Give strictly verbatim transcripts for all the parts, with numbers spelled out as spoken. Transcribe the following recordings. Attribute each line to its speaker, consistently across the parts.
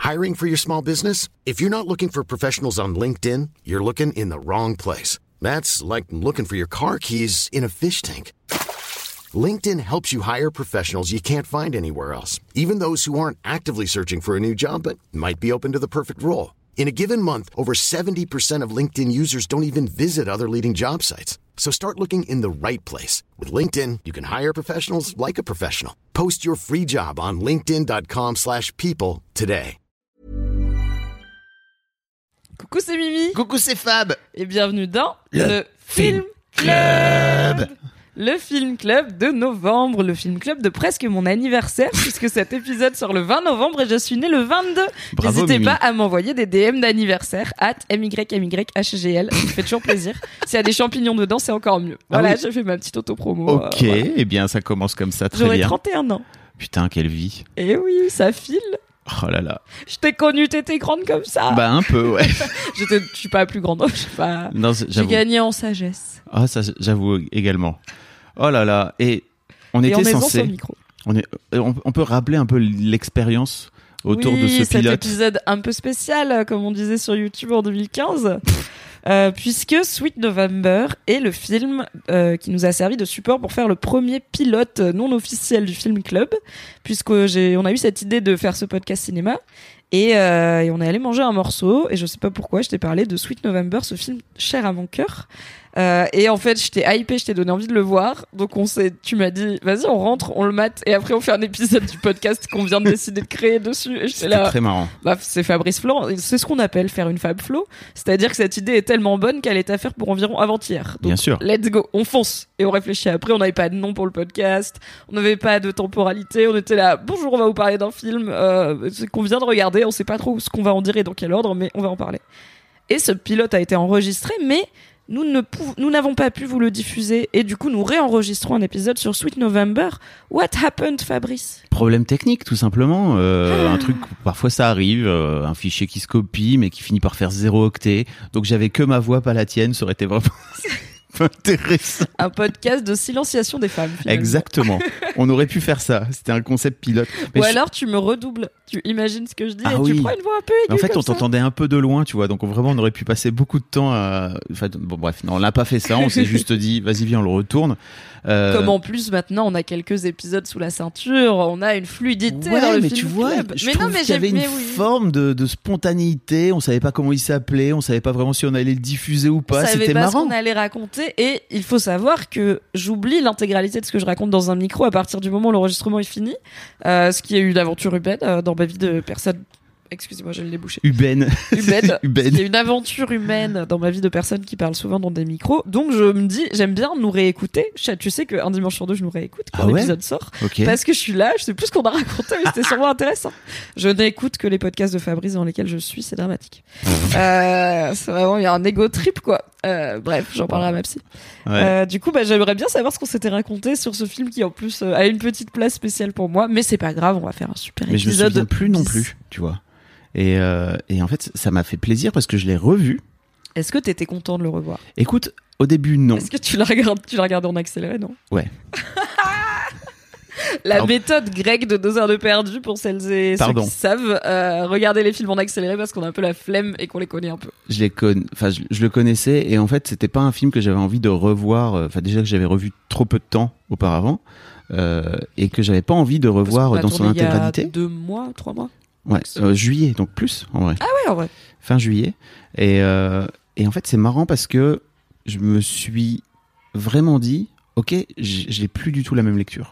Speaker 1: Hiring for your small business? If you're not looking for professionals on LinkedIn, you're looking in the wrong place. That's like looking for your car keys in a fish tank. LinkedIn helps you hire professionals you can't find anywhere else, even those who aren't actively searching for a new job but might be open to the perfect role. In a given month, over seventy percent of LinkedIn users don't even visit other leading job sites. So start looking in the right place. With LinkedIn, you can hire professionals like a professional. Post your free job on linkedin.com slash people today.
Speaker 2: Coucou, c'est Mimi.
Speaker 3: Coucou, c'est Fab.
Speaker 2: Et bienvenue dans
Speaker 3: le,
Speaker 2: le
Speaker 3: Film
Speaker 2: Club.
Speaker 3: Club.
Speaker 2: Le Film Club de novembre, le Film Club de presque mon anniversaire, puisque cet épisode sort le vingt novembre et je suis née le vingt-deux.
Speaker 3: Bravo,
Speaker 2: N'hésitez
Speaker 3: Mimi.
Speaker 2: pas à m'envoyer des D M d'anniversaire, at M Y M Y H G L, ça me fait toujours plaisir. S'il y a des champignons dedans, c'est encore mieux. Voilà,
Speaker 3: Ah oui.
Speaker 2: j'ai fait ma petite auto-promo.
Speaker 3: Ok,
Speaker 2: euh, voilà.
Speaker 3: eh bien ça commence comme ça, très
Speaker 2: J'aurai
Speaker 3: bien.
Speaker 2: trente et un ans.
Speaker 3: Putain, quelle vie.
Speaker 2: Et oui, ça file.
Speaker 3: Oh là là.
Speaker 2: Je t'ai connue, t'étais grande comme ça.
Speaker 3: Bah un peu, ouais.
Speaker 2: J'étais, je suis pas plus grande, je sais pas.
Speaker 3: Non, c'est-
Speaker 2: J'ai
Speaker 3: j'avoue.
Speaker 2: gagné en sagesse.
Speaker 3: Ah ça, j'avoue également. Oh là là. Et on
Speaker 2: Et
Speaker 3: était
Speaker 2: en aisant
Speaker 3: censé.
Speaker 2: son micro.
Speaker 3: On, est, on, on peut rappeler un peu l'expérience autour
Speaker 2: oui,
Speaker 3: de ce
Speaker 2: cet
Speaker 3: pilote.
Speaker 2: épisode un peu spécial, euh, comme on disait sur YouTube en deux mille quinze, euh, puisque Sweet November est le film euh, qui nous a servi de support pour faire le premier pilote non officiel du Film Club, puisque j'ai, on a eu cette idée de faire ce podcast cinéma. Et, euh, et on est allé manger un morceau, et je sais pas pourquoi, je t'ai parlé de Sweet November, ce film cher à mon cœur. Euh, et en fait, je t'ai hypé, je t'ai donné envie de le voir. Donc on s'est, tu m'as dit, vas-y, on rentre, on le mate, et après on fait un épisode du podcast qu'on vient de décider de créer dessus. Et j'étais
Speaker 3: C'était
Speaker 2: là,
Speaker 3: très marrant.
Speaker 2: bah, c'est Fabrice Florent, c'est ce qu'on appelle faire une Fab Flow. C'est-à-dire que cette idée est tellement bonne qu'elle est à faire pour environ avant-hier. Donc,
Speaker 3: Bien sûr.
Speaker 2: let's go, on fonce. Et on réfléchit après, on n'avait pas de nom pour le podcast, on n'avait pas de temporalité, on était là, bonjour, on va vous parler d'un film euh, qu'on vient de regarder, on sait pas trop ce qu'on va en dire et dans quel ordre, mais on va en parler. Et ce pilote a été enregistré, mais nous ne pou- nous n'avons pas pu vous le diffuser, et du coup nous réenregistrons un épisode sur Sweet November. What happened, Fabrice?
Speaker 3: Problème technique, tout simplement. Euh, un truc, parfois ça arrive, euh, un fichier qui se copie, mais qui finit par faire zéro octet. Donc j'avais que ma voix, pas la tienne. Ça aurait été vraiment intéressant.
Speaker 2: Un podcast de silenciation des femmes, finalement.
Speaker 3: Exactement. On aurait pu faire ça. C'était un concept pilote. Mais
Speaker 2: Ou
Speaker 3: je-
Speaker 2: alors tu me redoubles, tu imagines ce que je dis
Speaker 3: Ah
Speaker 2: et
Speaker 3: oui.
Speaker 2: tu prends une voix un peu aiguë.
Speaker 3: En fait,
Speaker 2: comme
Speaker 3: on
Speaker 2: ça.
Speaker 3: t'entendait un peu de loin, tu vois. Donc on- vraiment, on aurait pu passer beaucoup de temps à. Enfin, bon, bref, non, on n'a pas fait ça. On s'est juste dit, vas-y, viens, on le retourne. Euh,
Speaker 2: Comme en plus maintenant on a quelques épisodes sous la ceinture, on a une fluidité
Speaker 3: Ouais,
Speaker 2: dans le
Speaker 3: mais
Speaker 2: film
Speaker 3: tu vois,
Speaker 2: club.
Speaker 3: je
Speaker 2: mais
Speaker 3: trouve
Speaker 2: non, mais
Speaker 3: qu'il y avait
Speaker 2: j'aime-
Speaker 3: une
Speaker 2: mais oui.
Speaker 3: forme de, de spontanéité. On savait pas comment il s'appelait, on savait pas vraiment si on allait le diffuser ou
Speaker 2: On
Speaker 3: pas.
Speaker 2: savait
Speaker 3: C'était
Speaker 2: pas
Speaker 3: marrant.
Speaker 2: ce qu'on allait raconter, et il faut savoir que j'oublie l'intégralité de ce que je raconte dans un micro à partir du moment où l'enregistrement est fini, euh, ce qui est une aventure humaine euh, dans ma vie de personne. Excusez-moi, je l'ai bouché.
Speaker 3: Uben.
Speaker 2: Humaine.
Speaker 3: Uben.
Speaker 2: Il y a une aventure humaine dans ma vie de personne qui parle souvent dans des micros. Donc je me dis, j'aime bien nous réécouter. Je- Tu sais qu'un dimanche sur deux, je nous réécoute quand
Speaker 3: Ah ouais
Speaker 2: l'épisode sort.
Speaker 3: Ok.
Speaker 2: Parce que je suis là, je sais plus ce qu'on a raconté, mais c'était sûrement intéressant. Je n'écoute que les podcasts de Fabrice dans lesquels je suis, c'est dramatique. euh, c'est vraiment, il y a un ego trip, quoi. Euh, bref, j'en parlerai à ma psy.
Speaker 3: Ouais.
Speaker 2: Euh, du coup, bah, j'aimerais bien savoir ce qu'on s'était raconté sur ce film qui, en plus, euh, a une petite place spéciale pour moi. Mais c'est pas grave, on va faire un super
Speaker 3: Mais je me
Speaker 2: épisode.
Speaker 3: souviens plus non
Speaker 2: bis.
Speaker 3: plus, tu vois. Et, euh, et en fait, ça m'a fait plaisir parce que je l'ai revu.
Speaker 2: Est-ce que t'étais content de le revoir?
Speaker 3: Écoute, au début, non.
Speaker 2: Est-ce que tu l'as regardé, tu l'as regardé en accéléré, non?
Speaker 3: Ouais.
Speaker 2: La
Speaker 3: Alors-
Speaker 2: méthode grecque de deux heures de perdu, pour celles et
Speaker 3: Pardon.
Speaker 2: ceux qui savent, euh, regarder les films en accéléré parce qu'on a un peu la flemme et qu'on les connaît un peu.
Speaker 3: Je les con... enfin, je, je le connaissais et en fait, c'était pas un film que j'avais envie de revoir. euh, Enfin, déjà que j'avais revu trop peu de temps auparavant euh, et que j'avais pas envie de revoir
Speaker 2: Parce qu'on
Speaker 3: dans
Speaker 2: l'a
Speaker 3: son
Speaker 2: tourné
Speaker 3: intégralité.
Speaker 2: Il y a deux mois, trois mois.
Speaker 3: Ouais, euh, juillet, donc plus en vrai.
Speaker 2: Ah ouais, en vrai.
Speaker 3: Fin juillet. Et, euh, et en fait, c'est marrant parce que je me suis vraiment dit, ok, j- j'ai plus du tout la même lecture.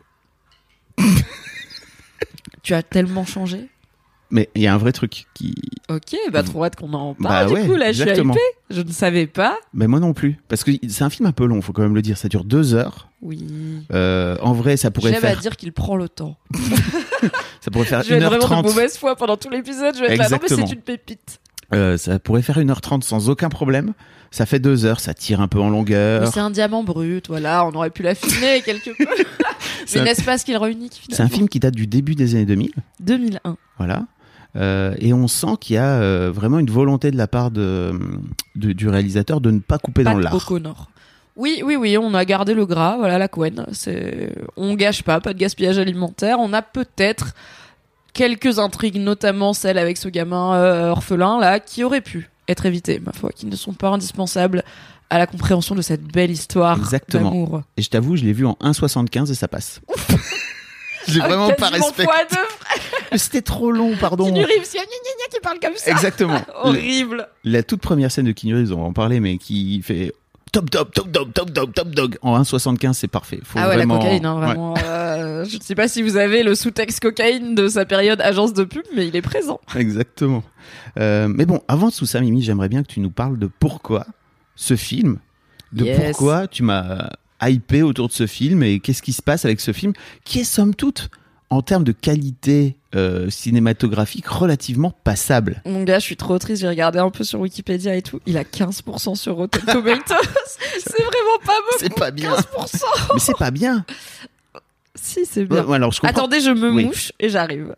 Speaker 2: Tu as tellement changé.
Speaker 3: Mais il y a un vrai truc qui.
Speaker 2: Ok, bah trop hâte qu'on en
Speaker 3: Bah
Speaker 2: parle.
Speaker 3: ouais,
Speaker 2: du coup, là,
Speaker 3: exactement.
Speaker 2: je suis hypée. Je ne savais pas.
Speaker 3: Mais moi non plus, parce que c'est un film un peu long, faut quand même le dire. Ça dure deux heures.
Speaker 2: Oui.
Speaker 3: Euh, en vrai, ça pourrait
Speaker 2: J'aime
Speaker 3: faire.
Speaker 2: à dire qu'il prend le temps.
Speaker 3: Ça pourrait faire
Speaker 2: Je vais
Speaker 3: une
Speaker 2: être
Speaker 3: heure
Speaker 2: vraiment de
Speaker 3: trente.
Speaker 2: mauvaise foi pendant tout l'épisode. Je vais être là, non, mais
Speaker 3: Exactement.
Speaker 2: c'est une pépite.
Speaker 3: Euh, ça pourrait faire une heure trente sans aucun problème. Ça fait deux heures, ça tire un peu en
Speaker 2: Mais
Speaker 3: longueur.
Speaker 2: c'est un diamant brut, voilà, on aurait pu l'affiner quelque peu.
Speaker 3: C'est
Speaker 2: Mais
Speaker 3: un-
Speaker 2: n'est-ce pas ce qu'il rend unique finalement?
Speaker 3: C'est un film qui date du début des années deux mille.
Speaker 2: deux mille un.
Speaker 3: Voilà. Euh, et on sent qu'il y a euh, vraiment une volonté de la part de, de- du réalisateur de ne pas couper dans
Speaker 2: Pat
Speaker 3: l'art.
Speaker 2: O'Connor. Oui, oui, oui, on a gardé le gras, voilà la Cohen. C'est, on gâche pas, pas de gaspillage alimentaire. On a peut-être quelques intrigues, notamment celle avec ce gamin euh, orphelin là, qui auraient pu être évitées, ma foi, qui ne sont pas indispensables à la compréhension de cette belle histoire
Speaker 3: Exactement.
Speaker 2: d'amour.
Speaker 3: Et je t'avoue, je l'ai vu en un soixante-quinze et ça passe. J'ai
Speaker 2: Ah,
Speaker 3: vraiment pas
Speaker 2: quasiment
Speaker 3: respecté.
Speaker 2: fois deux.
Speaker 3: Mais c'était trop long, pardon.
Speaker 2: Keanu Reeves, il y a gna gna gna qui parle comme ça.
Speaker 3: Exactement.
Speaker 2: Horrible.
Speaker 3: La toute première scène de Keanu Reeves, on va en parler, mais qui fait top dog, top dog, top dog, top dog en un soixante-quinze, c'est parfait. Faut
Speaker 2: Ah ouais,
Speaker 3: vraiment...
Speaker 2: la cocaïne, hein, vraiment. Ouais. Euh, je ne sais pas si vous avez le sous-texte cocaïne de sa période agence de pub, mais il est présent.
Speaker 3: Exactement. Euh, mais bon, avant tout ça, Mimi, j'aimerais bien que tu nous parles de pourquoi ce film, de
Speaker 2: Yes.
Speaker 3: pourquoi tu m'as hypé autour de ce film et qu'est-ce qui se passe avec ce film, qui est somme toute, en termes de qualité euh, cinématographique, relativement passable.
Speaker 2: Mon gars, je suis trop triste, j'ai regardé un peu sur Wikipédia et tout. Il a quinze pour cent sur Rotten Tomatoes. C'est vraiment pas beaucoup.
Speaker 3: C'est pas bien.
Speaker 2: quinze pour cent.
Speaker 3: Mais c'est pas bien.
Speaker 2: Si, c'est bien.
Speaker 3: Ouais, alors, je comprends.
Speaker 2: Attendez, je me
Speaker 3: Oui.
Speaker 2: mouche et j'arrive.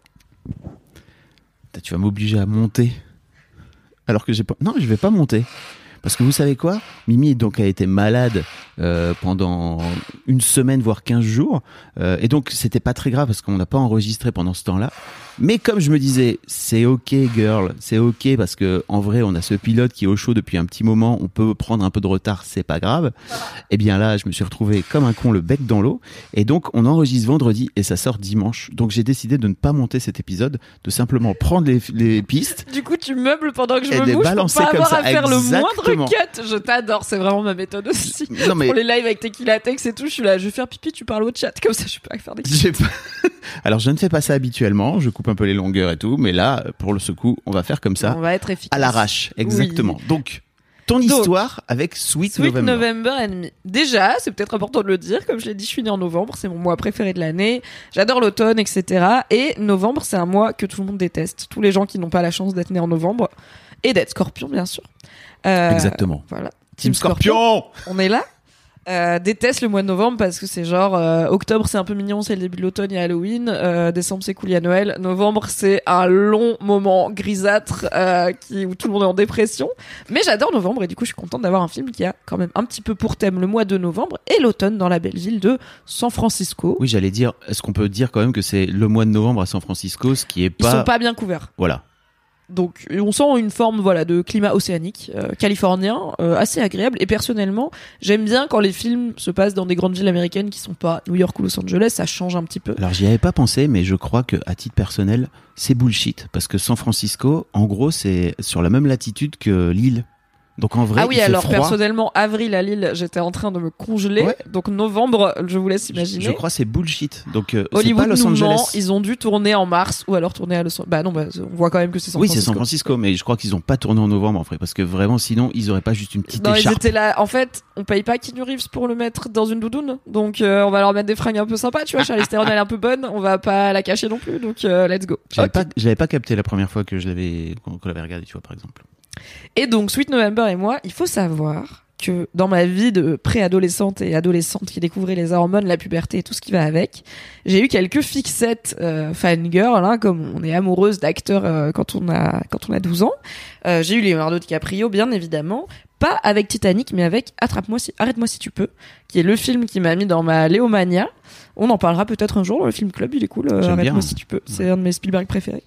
Speaker 3: Tu vas m'obliger à monter. Alors que j'ai pas. Non, je vais pas monter. Parce que vous savez quoi, Mimi donc a été malade euh, pendant une semaine voire quinze jours euh, et donc c'était pas très grave parce qu'on n'a pas enregistré pendant ce temps-là. Mais comme je me disais, c'est ok girl, c'est ok parce que en vrai on a ce pilote qui est au chaud depuis un petit moment, on peut prendre un peu de retard, c'est pas grave. Et bien là, je me suis retrouvé comme un con le bec dans l'eau et donc on enregistre vendredi et ça sort dimanche. Donc j'ai décidé de ne pas monter cet épisode, de simplement prendre les, les pistes.
Speaker 2: Du coup, tu meubles pendant que je
Speaker 3: Et
Speaker 2: me
Speaker 3: les
Speaker 2: mouche pour
Speaker 3: balancer
Speaker 2: pas
Speaker 3: comme
Speaker 2: avoir
Speaker 3: ça,
Speaker 2: à faire
Speaker 3: exactement.
Speaker 2: le moindre cut. Je t'adore, c'est vraiment ma méthode aussi.
Speaker 3: Non mais
Speaker 2: Pour les lives avec Tequila Tex et tout, je suis là, je vais faire pipi, tu parles au chat, comme ça je peux pas faire des
Speaker 3: J'ai pas... Alors je ne fais pas ça habituellement, je coupe un peu les longueurs et tout, mais là, pour le coup, on va faire comme ça,
Speaker 2: On va être efficace.
Speaker 3: à l'arrache, exactement. Donc, ton
Speaker 2: Donc,
Speaker 3: histoire avec Sweet,
Speaker 2: Sweet
Speaker 3: November.
Speaker 2: November Enemy. Déjà, c'est peut-être important de le dire, comme je l'ai dit, je suis née en novembre, c'est mon mois préféré de l'année. J'adore l'automne, et cetera. Et novembre, c'est un mois que tout le monde déteste. Tous les gens qui n'ont pas la chance d'être nés en novembre et d'être Scorpion, bien sûr. Euh,
Speaker 3: Exactement.
Speaker 2: Voilà.
Speaker 3: Team Scorpion.
Speaker 2: On est là. Euh, déteste le mois de novembre parce que c'est genre euh, octobre c'est un peu mignon, c'est le début de l'automne, il y a Halloween, euh, décembre c'est cool, il y a Noël, novembre c'est un long moment grisâtre euh, qui, où tout le monde est en dépression, mais j'adore novembre et du coup je suis contente d'avoir un film qui a quand même un petit peu pour thème le mois de novembre et l'automne dans la belle ville de San Francisco.
Speaker 3: Oui, j'allais dire, est-ce qu'on peut dire quand même que c'est le mois de novembre à San Francisco, ce qui est
Speaker 2: Ils
Speaker 3: pas...
Speaker 2: sont pas bien couverts.
Speaker 3: Voilà.
Speaker 2: Donc on sent une forme voilà de climat océanique euh, californien euh, assez agréable et personnellement j'aime bien quand les films se passent dans des grandes villes américaines qui sont pas New York ou Los Angeles, ça change un petit peu.
Speaker 3: Alors j'y avais pas pensé, mais je crois que à titre personnel, c'est bullshit parce que San Francisco, en gros, c'est sur la même latitude que l'île. Donc en vrai,
Speaker 2: Ah oui,
Speaker 3: il fait
Speaker 2: alors
Speaker 3: froid.
Speaker 2: personnellement, avril à Lille, j'étais en train de me congeler.
Speaker 3: Ouais.
Speaker 2: Donc novembre, je vous laisse
Speaker 3: Je,
Speaker 2: imaginer.
Speaker 3: je crois que c'est bullshit. Donc euh, c'est
Speaker 2: Hollywood
Speaker 3: pas Los
Speaker 2: nous
Speaker 3: Angeles.
Speaker 2: ment, ils ont dû tourner en mars ou alors tourner à Los Angeles. Bah non, bah, on voit quand même que c'est San
Speaker 3: Oui,
Speaker 2: Francisco.
Speaker 3: c'est San Francisco, mais je crois qu'ils ont pas tourné en novembre en vrai, parce que vraiment, sinon, ils auraient pas juste une petite
Speaker 2: Non, ils
Speaker 3: écharpe.
Speaker 2: étaient là. En fait, on paye pas Keanu Reeves pour le mettre dans une doudoune. Donc euh, on va leur mettre des fringues un peu sympas, tu vois. Charlize Theron elle est un peu bonne, on va pas la cacher non plus. Donc euh, let's go.
Speaker 3: J'avais
Speaker 2: Ok.
Speaker 3: pas, j'avais pas capté la première fois que je l'avais, qu'on, qu'on l'avait regardé, tu vois, par exemple.
Speaker 2: Et donc Sweet November et moi, il faut savoir que dans ma vie de préadolescente et adolescente qui découvrait les hormones, la puberté et tout ce qui va avec, j'ai eu quelques fixettes euh, fangirl, hein, comme on est amoureuse d'acteurs euh, quand on a quand on a douze ans. Euh, j'ai eu Leonardo DiCaprio, bien évidemment, pas avec Titanic, mais avec Attrape-moi si, Arrête-moi si tu peux, qui est le film qui m'a mis dans ma Léomania. On en parlera peut-être un jour dans le film club, il est cool. Euh,
Speaker 3: J'aime
Speaker 2: Arrête-moi
Speaker 3: bien.
Speaker 2: si tu peux, c'est un de mes Spielberg préférés.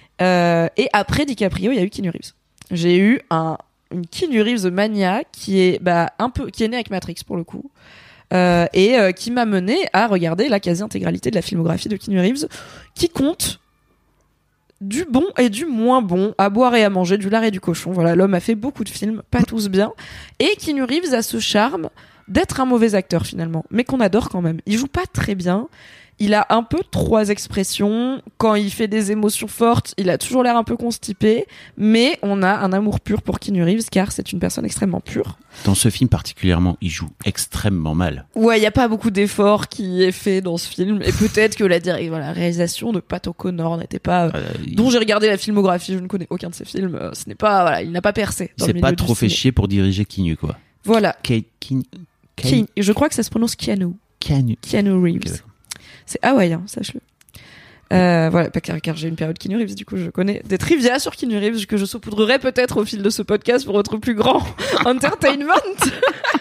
Speaker 2: Euh, et après DiCaprio, il y a eu Keanu Reeves. J'ai eu un une Keanu Reeves mania qui est bah un peu qui est née avec Matrix pour le coup euh, et euh, qui m'a mené à regarder la quasi-intégralité de la filmographie de Keanu Reeves qui compte du bon et du moins bon, à boire et à manger, du lard et du cochon. Voilà, l'homme a fait beaucoup de films, pas tous bien, et Keanu Reeves a ce charme d'être un mauvais acteur finalement, mais qu'on adore quand même. Il joue pas très bien. Il a un peu trois expressions. Quand il fait des émotions fortes, il a toujours l'air un peu constipé. Mais on a un amour pur pour Keanu Reeves, car c'est une personne extrêmement pure.
Speaker 3: Dans ce film particulièrement, il joue extrêmement mal.
Speaker 2: Ouais, il y a pas beaucoup d'efforts qui est fait dans ce film. Et peut-être que la, dir- voilà, la réalisation de Pat O'Connor n'était pas...
Speaker 3: Euh, il-
Speaker 2: dont j'ai regardé la filmographie, je ne connais aucun de ses films. Euh, Ce n'est pas... Voilà, il n'a pas percé
Speaker 3: il
Speaker 2: dans
Speaker 3: s'est
Speaker 2: le milieu
Speaker 3: pas
Speaker 2: du
Speaker 3: trop fait
Speaker 2: ciné.
Speaker 3: chier pour diriger Keanu, quoi.
Speaker 2: Voilà.
Speaker 3: Kate, Keanu,
Speaker 2: Keanu. Je crois que ça se prononce Keanu.
Speaker 3: Keanu.
Speaker 2: Keanu Reeves.
Speaker 3: Ok, d'accord.
Speaker 2: C'est hawaïen, sache-le. Euh, voilà, pas car, car j'ai une période Keanu Reeves, du coup je connais des trivia sur Keanu Reeves que je saupoudrerai peut-être au fil de ce podcast pour votre plus grand entertainment.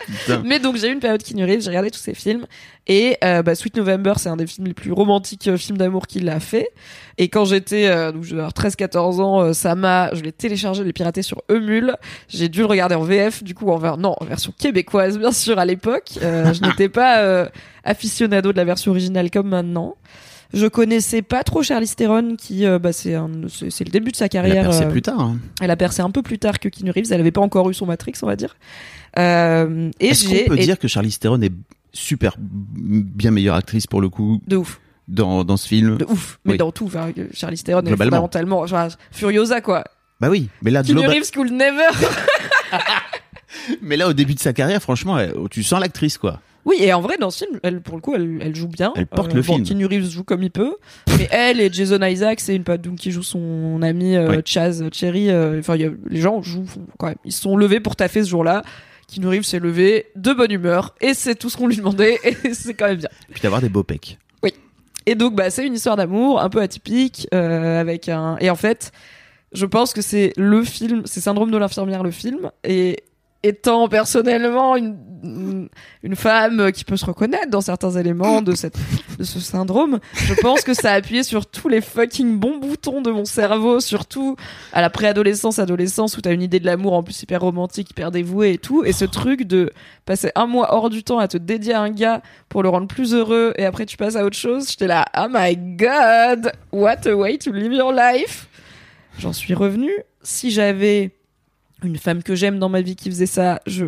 Speaker 2: Mais donc j'ai eu une période Keanu Reeves, j'ai regardé tous ses films et euh, bah, Sweet November, c'est un des films les plus romantiques euh, films d'amour qu'il a fait. Et quand j'étais euh, donc je devais avoir treize quatorze ans, euh, ça m'a, je l'ai téléchargé, je l'ai piraté sur Emule. J'ai dû le regarder en V F, du coup en ver- non, en version québécoise bien sûr à l'époque. Euh, je n'étais pas euh, aficionado de la version originale comme maintenant. Je connaissais pas trop Charlize Theron qui euh, bah c'est un c'est, c'est le début de sa carrière.
Speaker 3: Elle a percé
Speaker 2: euh,
Speaker 3: plus tard. Hein.
Speaker 2: Elle a percé un peu plus tard que Keanu Reeves, elle avait pas encore eu son Matrix, on va dire. Euh, et
Speaker 3: Est-ce
Speaker 2: j'ai
Speaker 3: qu'on peut
Speaker 2: et...
Speaker 3: dire que Charlize Theron est super bien meilleure actrice pour le coup
Speaker 2: de ouf.
Speaker 3: dans dans ce film?
Speaker 2: De ouf, mais
Speaker 3: oui.
Speaker 2: dans tout, enfin, Charlize Theron est
Speaker 3: Globalement.
Speaker 2: fondamentalement, enfin, Furiosa quoi.
Speaker 3: Bah oui, mais là
Speaker 2: Keanu
Speaker 3: globa-
Speaker 2: Reeves could never.
Speaker 3: mais là au début de sa carrière, franchement, elle- tu sens l'actrice quoi.
Speaker 2: Oui, et en vrai, dans ce film, elle, pour le coup, elle, elle joue bien.
Speaker 3: Elle porte le
Speaker 2: bon,
Speaker 3: film.
Speaker 2: Keanu Reeves joue comme il peut. Mais elle et Jason Isaacs, c'est une pote donc qui joue son ami euh,
Speaker 3: Ouais.
Speaker 2: Chaz Cherry. euh, Enfin, il y a- les gens jouent font- quand même. Ils se sont levés pour taffer ce jour-là. Keanu Reeves s'est levé de bonne humeur. Et c'est tout ce qu'on lui demandait. Et c'est quand même bien.
Speaker 3: Puis d'avoir des beaux pecs.
Speaker 2: Et donc, bah, c'est une histoire d'amour un peu atypique. Euh, avec un... Et en fait, je pense que c'est le film. C'est Syndrome de l'infirmière, le film. Et étant personnellement une, une femme qui peut se reconnaître dans certains éléments de, cette, de ce syndrome, je pense que ça a appuyé sur tous les fucking bons boutons de mon cerveau, surtout à la préadolescence, adolescence, où t'as une idée de l'amour en plus hyper romantique, hyper dévouée et tout, et ce truc de passer un mois hors du temps à te dédier à un gars pour le rendre plus heureux, et après tu passes à autre chose, j'étais là, oh my god, what a way to live your life. J'en suis revenue. Si j'avais une femme que j'aime dans ma vie qui faisait ça, je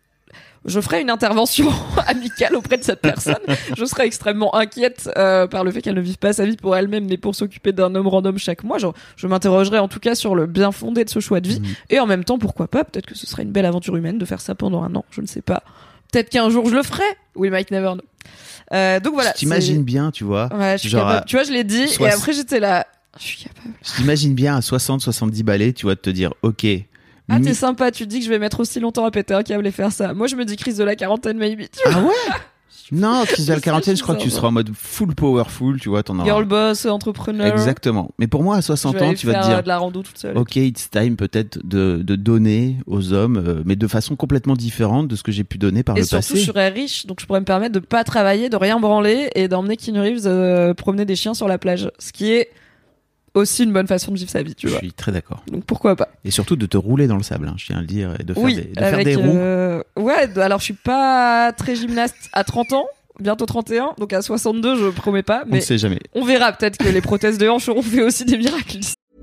Speaker 2: je ferais une intervention amicale auprès de cette personne. Je serais extrêmement inquiète euh, par le fait qu'elle ne vive pas sa vie pour elle-même, mais pour s'occuper d'un homme random chaque mois. Genre, je m'interrogerais en tout cas sur le bien fondé de ce choix de vie. Mmh. Et en même temps, pourquoi pas? Peut-être que ce serait une belle aventure humaine de faire ça pendant un an. Je ne sais pas. Peut-être qu'un jour je le ferai. We might never know. Euh, donc voilà.
Speaker 3: Je t'imagine
Speaker 2: c'est...
Speaker 3: bien, tu vois.
Speaker 2: Ouais, je suis
Speaker 3: genre
Speaker 2: capable. Tu vois, je l'ai dit.
Speaker 3: soix-
Speaker 2: Et après, j'étais là. Je suis capable.
Speaker 3: Je t'imagine bien à soixante soixante-dix balais, tu vois, de te dire, ok.
Speaker 2: Ah,
Speaker 3: mi-
Speaker 2: t'es sympa, tu te dis que je vais mettre aussi longtemps à péter un câble et faire ça. Moi, je me dis crise de la quarantaine, maybe. Tu vois.
Speaker 3: Ah ouais? Non, crise de la quarantaine, je crois que tu
Speaker 2: ça,
Speaker 3: seras en mode full powerful, tu vois, t'en auras.
Speaker 2: Girl boss, entrepreneur.
Speaker 3: Exactement. Mais pour moi, à
Speaker 2: Je
Speaker 3: soixante
Speaker 2: vais
Speaker 3: ans,
Speaker 2: aller
Speaker 3: tu vas
Speaker 2: faire
Speaker 3: te dire,
Speaker 2: de la rando toute seule.
Speaker 3: ok, it's time peut-être de, de donner aux hommes, euh, mais de façon complètement différente de ce que j'ai pu donner par
Speaker 2: Et
Speaker 3: le
Speaker 2: surtout,
Speaker 3: passé.
Speaker 2: je serais riche, donc je pourrais me permettre de pas travailler, de rien branler et d'emmener Keanu Reeves euh, promener des chiens sur la plage. Ce qui est aussi une bonne façon de vivre sa vie, tu
Speaker 3: Je
Speaker 2: vois.
Speaker 3: suis très d'accord.
Speaker 2: Donc pourquoi pas.
Speaker 3: Et surtout de te rouler dans le sable, hein, je tiens à le dire, et de faire
Speaker 2: Oui,
Speaker 3: des, de
Speaker 2: avec,
Speaker 3: faire des roues.
Speaker 2: euh, ouais, d- alors je suis pas très gymnaste à trente ans, bientôt trente et un, donc à soixante-deux, je promets pas,
Speaker 3: On ne
Speaker 2: mais
Speaker 3: sait jamais.
Speaker 2: on verra. Peut-être que les prothèses de hanche auront fait aussi des miracles.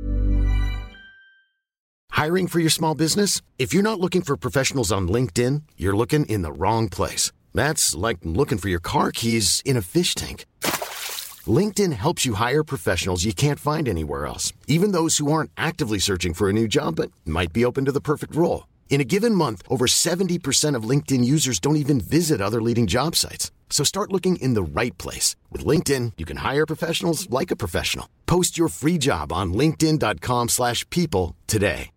Speaker 1: Hiring for your small business? If you're not looking for professionals on LinkedIn, you're looking in the wrong place. That's like looking for your car keys in a fish tank. LinkedIn helps you hire professionals you can't find anywhere else, even those who aren't actively searching for a new job but might be open to the perfect role. In a given month, over seventy percent of LinkedIn users don't even visit other leading job sites. So start looking in the right place. With LinkedIn, you can hire professionals like a professional. Post your free job on linkedin dot com slash people today.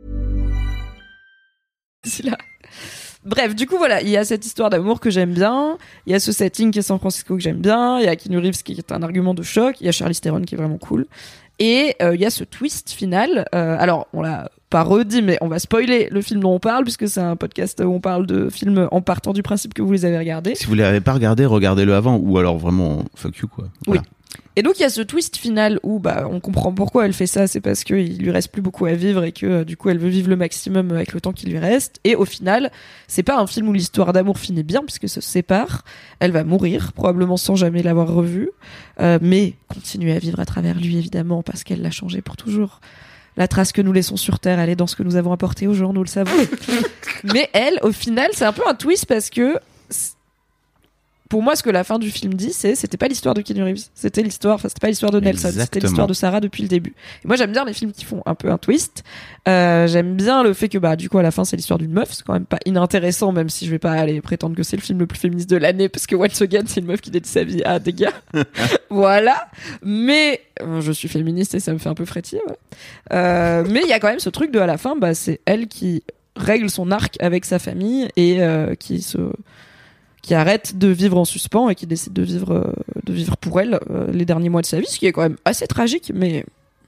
Speaker 2: C'est là. Bref, du coup, voilà, il y a cette histoire d'amour que j'aime bien, il y a ce setting qui est San Francisco que j'aime bien, il y a Keanu Reeves qui est un argument de choc, il y a Charlize Theron qui est vraiment cool, et euh, il y a ce twist final. Euh, alors, on l'a pas redit, mais on va spoiler le film dont on parle, puisque c'est un podcast où on parle de films en partant du principe que vous les avez regardés.
Speaker 3: Si vous l'avez pas regardé, regardez-le avant, ou alors vraiment, fuck you, quoi. Voilà.
Speaker 2: Oui. Et donc il y a ce twist final où bah on comprend pourquoi elle fait ça, c'est parce qu'il lui reste plus beaucoup à vivre et que euh, du coup elle veut vivre le maximum avec le temps qui lui reste. Et au final, c'est pas un film où l'histoire d'amour finit bien puisque se sépare. Elle va mourir probablement sans jamais l'avoir revu, euh, mais continuer à vivre à travers lui évidemment parce qu'elle l'a changé pour toujours. La trace que nous laissons sur Terre, elle est dans ce que nous avons apporté aux gens, nous le savons. Mais elle, au final, c'est un peu un twist parce que pour moi, ce que la fin du film dit, c'est c'était pas l'histoire de Keanu Reeves, c'était l'histoire, enfin c'était pas l'histoire de Nelson,
Speaker 3: Exactement.
Speaker 2: c'était l'histoire de Sarah depuis le début. Et moi, j'aime bien les films qui font un peu un twist. Euh, j'aime bien le fait que bah du coup à la fin c'est l'histoire d'une meuf, c'est quand même pas inintéressant, même si je vais pas aller prétendre que c'est le film le plus féministe de l'année, parce que once again c'est une meuf qui dédie sa vie à des gars. Voilà. Mais euh, je suis féministe et ça me fait un peu frétiller. Voilà. Euh, mais il y a quand même ce truc de à la fin, bah c'est elle qui règle son arc avec sa famille et euh, qui se qui arrête de vivre en suspens et qui décide de vivre, euh, de vivre pour elle euh, les derniers mois de sa vie, ce qui est quand même assez tragique, mais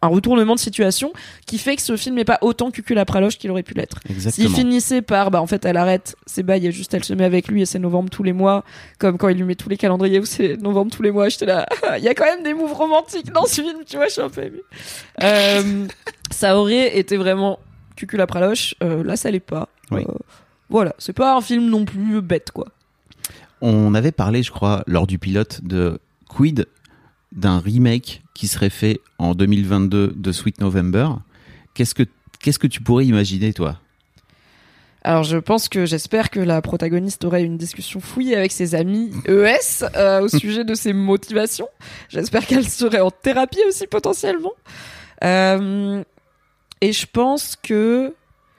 Speaker 2: un retournement de situation qui fait que ce film n'est pas autant cucul-après-loche qu'il aurait pu l'être.
Speaker 3: Exactement.
Speaker 2: S'il finissait par, bah en fait elle arrête ses bails et juste elle se met avec lui et c'est novembre tous les mois, comme quand il lui met tous les calendriers où c'est novembre tous les mois, j'étais là, il y a quand même des moves romantiques dans ce film, tu vois, je suis un peu émue. Euh, ça aurait été vraiment cucul-après-loche, euh, là ça l'est pas.
Speaker 3: Oui.
Speaker 2: Euh, voilà, c'est pas un film non plus bête quoi.
Speaker 3: On avait parlé, je crois, lors du pilote de Quid, d'un remake qui serait fait en deux mille vingt-deux de Sweet November. Qu'est-ce que, qu'est-ce que tu pourrais imaginer, toi ?
Speaker 2: Alors je pense que j'espère que la protagoniste aurait une discussion fouillée avec ses amis E S euh, au sujet de ses motivations. J'espère qu'elle serait en thérapie aussi potentiellement. Euh, et je pense que...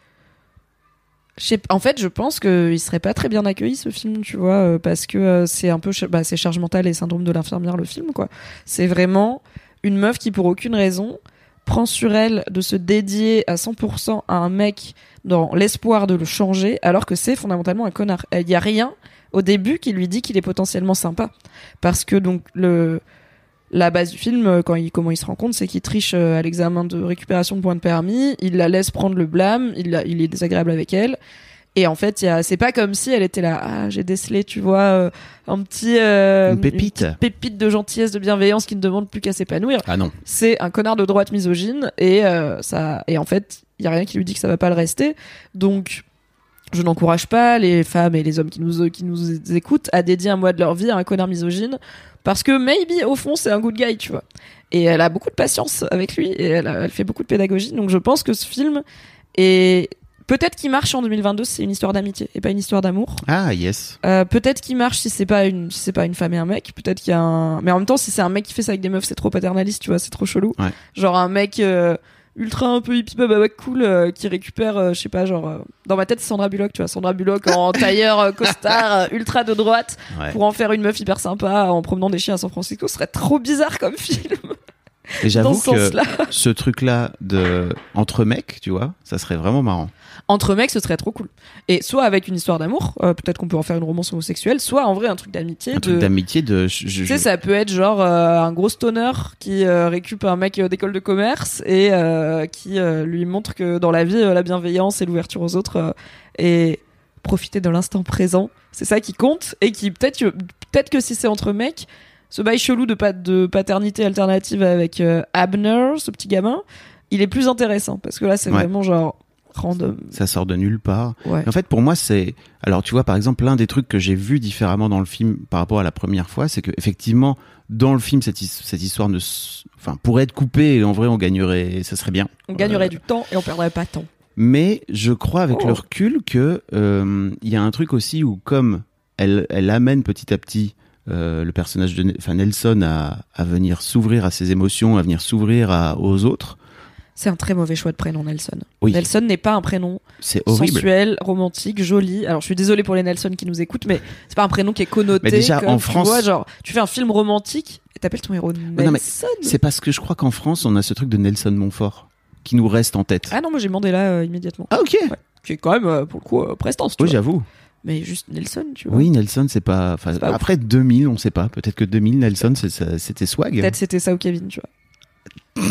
Speaker 2: Je sais, en fait, je pense qu'il serait pas très bien accueilli ce film, tu vois, euh, parce que euh, c'est un peu, bah, c'est charge mentale et syndrome de l'infirmière le film, quoi. C'est vraiment une meuf qui, pour aucune raison, prend sur elle de se dédier à cent pour cent à un mec dans l'espoir de le changer, alors que c'est fondamentalement un connard. Il y a rien au début qui lui dit qu'il est potentiellement sympa, parce que donc le la base du film, quand il, comment il se rend compte, c'est qu'il triche à l'examen de récupération de points de permis, il la laisse prendre le blâme, il, la, il est désagréable avec elle, et en fait, y a, c'est pas comme si elle était là, ah, j'ai décelé, tu vois, euh, un petit, euh,
Speaker 3: une pépite.
Speaker 2: une petite pépite de gentillesse, de bienveillance qui ne demande plus qu'à s'épanouir.
Speaker 3: Ah non.
Speaker 2: C'est un connard de droite misogyne, et euh, ça, et en fait, y a rien qui lui dit que ça va pas le rester, donc... Je n'encourage pas les femmes et les hommes qui nous, qui nous écoutent à dédier un mois de leur vie à un connard misogyne, parce que maybe, au fond, c'est un good guy, tu vois. Et elle a beaucoup de patience avec lui, et elle, a, elle fait beaucoup de pédagogie, donc je pense que ce film est... Peut-être qu'il marche en deux mille vingt-deux si c'est une histoire d'amitié, et pas une histoire d'amour.
Speaker 3: Ah, yes.
Speaker 2: Euh, peut-être qu'il marche si c'est pas une, si c'est pas une femme et un mec, peut-être qu'il y a un... Mais en même temps, si c'est un mec qui fait ça avec des meufs, c'est trop paternaliste, tu vois, c'est trop chelou.
Speaker 3: Ouais.
Speaker 2: Genre un mec... Euh... ultra un peu hippie baba cool euh, qui récupère euh, je sais pas genre euh, dans ma tête c'est Sandra Bullock, tu vois, Sandra Bullock en tailleur euh, costard euh, ultra de droite,
Speaker 3: Ouais.
Speaker 2: pour en faire une meuf hyper sympa en promenant des chiens à San Francisco. Ce serait trop bizarre comme film.
Speaker 3: Et j'avoue
Speaker 2: dans ce
Speaker 3: que
Speaker 2: sens-là.
Speaker 3: ce truc-là de entre mecs, tu vois, ça serait vraiment marrant.
Speaker 2: Entre mecs ce serait trop cool, et soit avec une histoire d'amour, euh, peut-être qu'on peut en faire une romance homosexuelle, soit en vrai un truc d'amitié.
Speaker 3: Un
Speaker 2: de...
Speaker 3: truc d'amitié de. Je, je,
Speaker 2: Tu sais, ça peut être genre euh, un gros stoner qui euh, récupère un mec euh, d'école de commerce et euh, qui euh, lui montre que dans la vie, euh, la bienveillance et l'ouverture aux autres euh, et profiter de l'instant présent, c'est ça qui compte, et qui peut-être que, peut-être que si c'est entre mecs, ce bail chelou de, pa- de paternité alternative avec euh, Abner, ce petit gamin, il est plus intéressant, parce que là, c'est
Speaker 3: Ouais.
Speaker 2: vraiment genre random.
Speaker 3: Ça sort de nulle part.
Speaker 2: Ouais.
Speaker 3: En fait, pour moi, c'est. Alors, tu vois, par exemple, l'un des trucs que j'ai vu différemment dans le film par rapport à la première fois, c'est que effectivement, dans le film, cette, his- cette histoire ne, s- enfin, pourrait être coupée et en vrai, on gagnerait, ça serait bien.
Speaker 2: On gagnerait
Speaker 3: Euh,
Speaker 2: du temps et on perdrait pas de temps.
Speaker 3: Mais je crois avec
Speaker 2: Oh.
Speaker 3: le recul que euh, il y a un truc aussi où comme elle, elle amène petit à petit euh, le personnage de, enfin Nelson à, à venir s'ouvrir à ses émotions, à venir s'ouvrir à, aux autres.
Speaker 2: C'est un très mauvais choix de prénom, Nelson.
Speaker 3: Oui.
Speaker 2: Nelson n'est pas un prénom
Speaker 3: C'est horrible.
Speaker 2: sensuel, romantique, joli. Alors je suis désolée pour les Nelson qui nous écoutent, mais c'est pas un prénom qui est connoté.
Speaker 3: Mais déjà,
Speaker 2: comme,
Speaker 3: en
Speaker 2: tu
Speaker 3: France-
Speaker 2: vois, genre tu fais un film romantique et t'appelles ton héros Nelson.
Speaker 3: non, mais C'est parce que je crois qu'en France, on a ce truc de Nelson Montfort qui nous reste en tête.
Speaker 2: Ah non, moi j'ai demandé là euh, immédiatement.
Speaker 3: Ah ok.
Speaker 2: Ouais. Qui est quand même euh, pour le coup euh, prestance. Tu
Speaker 3: Oui,
Speaker 2: vois.
Speaker 3: j'avoue.
Speaker 2: Mais juste Nelson, tu vois.
Speaker 3: Oui, Nelson, c'est pas. Enfin,
Speaker 2: C'est pas ouf.
Speaker 3: après deux mille, on sait pas. Peut-être que deux mille, Nelson, c'est- ça- c'était swag.
Speaker 2: Peut-être c'était ça ou Kevin, tu vois.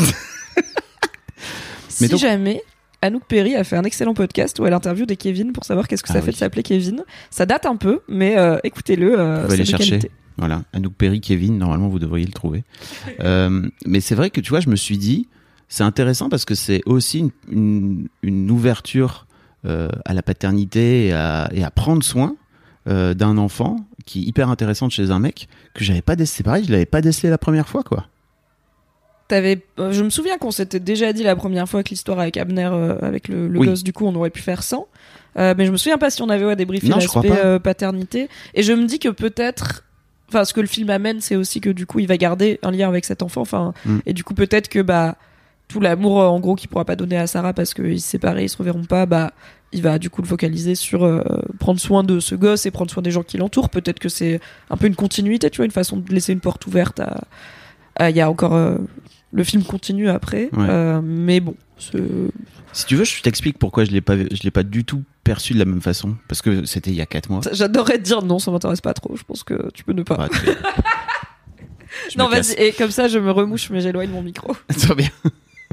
Speaker 3: Mais
Speaker 2: Si
Speaker 3: donc-
Speaker 2: jamais Anouk Perry a fait un excellent podcast où elle interviewe des Kevin pour savoir qu'est-ce que ça
Speaker 3: Ah
Speaker 2: fait
Speaker 3: oui.
Speaker 2: de s'appeler Kevin. Ça date un peu, mais euh, écoutez-le. Euh,
Speaker 3: Vous
Speaker 2: c'est
Speaker 3: allez
Speaker 2: de
Speaker 3: chercher.
Speaker 2: qualité.
Speaker 3: Voilà, Anouk Perry, Kevin, normalement vous devriez le trouver. euh, mais c'est vrai que tu vois, je me suis dit, c'est intéressant parce que c'est aussi une, une, une ouverture euh, à la paternité et à, et à prendre soin euh, d'un enfant qui est hyper intéressante chez un mec que j'avais pas décelé. C'est pareil, je l'avais pas décelé la première fois, quoi.
Speaker 2: T'avais, euh, je me souviens qu'on s'était déjà dit la première fois que l'histoire avec Abner, euh, avec le, le
Speaker 3: Oui.
Speaker 2: gosse, du coup, on aurait pu faire sans. Euh, mais je me souviens pas si on avait ouais, débriefé
Speaker 3: Non, je crois
Speaker 2: l'aspect
Speaker 3: pas.
Speaker 2: euh, paternité. Et je me dis que peut-être, enfin, ce que le film amène, c'est aussi que du coup, il va garder un lien avec cet enfant. Enfin,
Speaker 3: Mm.
Speaker 2: et du coup, peut-être que bah tout l'amour, euh, en gros, qu'il pourra pas donner à Sarah parce qu'ils se séparent, ils se reverront pas, bah il va du coup le focaliser sur euh, prendre soin de ce gosse et prendre soin des gens qui l'entourent. Peut-être que c'est un peu une continuité, tu vois, une façon de laisser une porte ouverte à. à- Il y a encore. euh, le film continue après,
Speaker 3: Ouais.
Speaker 2: euh, mais bon. c'est-
Speaker 3: Si tu veux, je t'explique pourquoi je l'ai pas, je l'ai pas du tout perçu de la même façon. Parce que c'était il y a quatre mois.
Speaker 2: J'adorerais te dire non, ça m'intéresse pas trop. Je pense que tu peux ne pas.
Speaker 3: Ah, tu- Je
Speaker 2: non,
Speaker 3: me
Speaker 2: vas-y.
Speaker 3: casse.
Speaker 2: Et comme ça, je me remouche, mais j'éloigne mon micro.
Speaker 3: Très bien.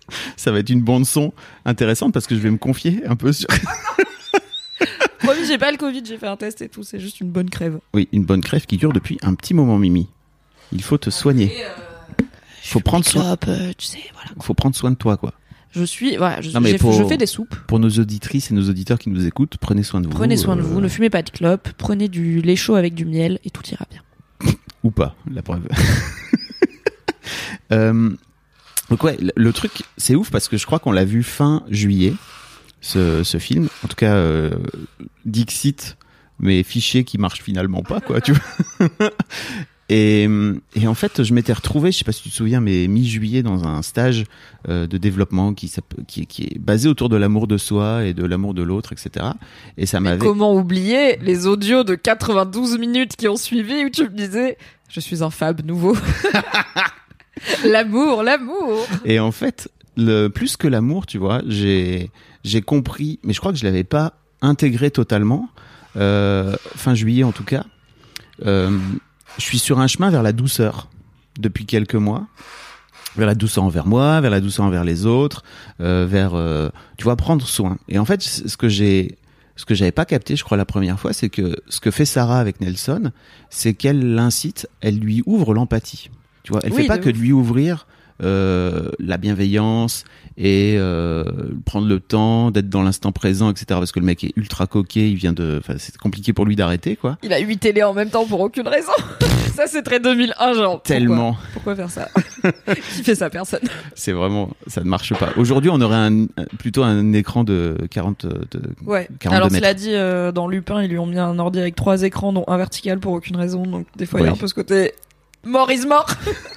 Speaker 3: Ça va être une bande son intéressante parce que je vais me confier un peu sur.
Speaker 2: Promis, j'ai pas le Covid, j'ai fait un test et tout, c'est juste une bonne crève.
Speaker 3: Oui, une bonne crève qui dure depuis un petit moment, Mimi. Il faut te soigner.
Speaker 2: Euh,
Speaker 3: faut prendre soin.
Speaker 2: Euh, tu sais, voilà.
Speaker 3: Faut prendre soin de toi, quoi.
Speaker 2: Je suis, voilà, je,
Speaker 3: non, mais
Speaker 2: j'ai,
Speaker 3: pour,
Speaker 2: je fais des soupes.
Speaker 3: Pour nos auditrices et nos auditeurs qui nous écoutent, prenez soin de vous.
Speaker 2: Prenez soin de
Speaker 3: euh...
Speaker 2: vous, ne fumez pas de clope, prenez du lait chaud avec du miel et tout ira bien.
Speaker 3: Ou pas, la preuve. euh, donc ouais, le, le truc, c'est ouf parce que je crois qu'on l'a vu fin juillet, ce, ce film. En tout cas, euh, Dixit, mais fichier qui marche finalement pas, quoi, tu vois. Et, et en fait, je m'étais retrouvé, je sais pas si tu te souviens, mais mi-juillet dans un stage euh, de développement qui, qui, qui est basé autour de l'amour de soi et de l'amour de l'autre, et cetera. Et ça
Speaker 2: mais
Speaker 3: m'avait.
Speaker 2: Comment oublier les audios de quatre-vingt-douze minutes qui ont suivi où tu me disais, je suis un fab nouveau. L'amour, l'amour.
Speaker 3: Et en fait, le plus que l'amour, tu vois, j'ai j'ai compris, mais je crois que je l'avais pas intégré totalement. Euh, fin juillet en tout cas. Euh, Je suis sur un chemin vers la douceur depuis quelques mois, vers la douceur envers moi, vers la douceur envers les autres, euh, vers euh, tu vois prendre soin. Et en fait, ce que j'ai, ce que j'avais pas capté, je crois la première fois, c'est que ce que fait Sarah avec Nelson, c'est qu'elle l'incite, elle lui ouvre l'empathie. Tu vois, elle
Speaker 2: oui,
Speaker 3: fait pas
Speaker 2: de
Speaker 3: que
Speaker 2: ouf.
Speaker 3: de lui ouvrir euh, la bienveillance et euh, prendre le temps d'être dans l'instant présent, et cetera. Parce que le mec est ultra coquet, il vient de, enfin c'est compliqué pour lui d'arrêter, quoi.
Speaker 2: Il a huit télés en même temps pour aucune raison. Ça c'est très deux mille un, genre.
Speaker 3: Tellement.
Speaker 2: Pourquoi, pourquoi faire ça? Qui fait ça? Personne.
Speaker 3: C'est vraiment, ça ne marche pas. Aujourd'hui, on aurait un, plutôt un écran de quarante, de
Speaker 2: Ouais.
Speaker 3: quarante-deux
Speaker 2: Alors
Speaker 3: mètres.
Speaker 2: cela dit, euh, dans Lupin, ils lui ont mis un ordi avec trois écrans, dont un vertical pour aucune raison. Donc des fois, il y a
Speaker 3: Oui.
Speaker 2: un peu ce côté mort is mort.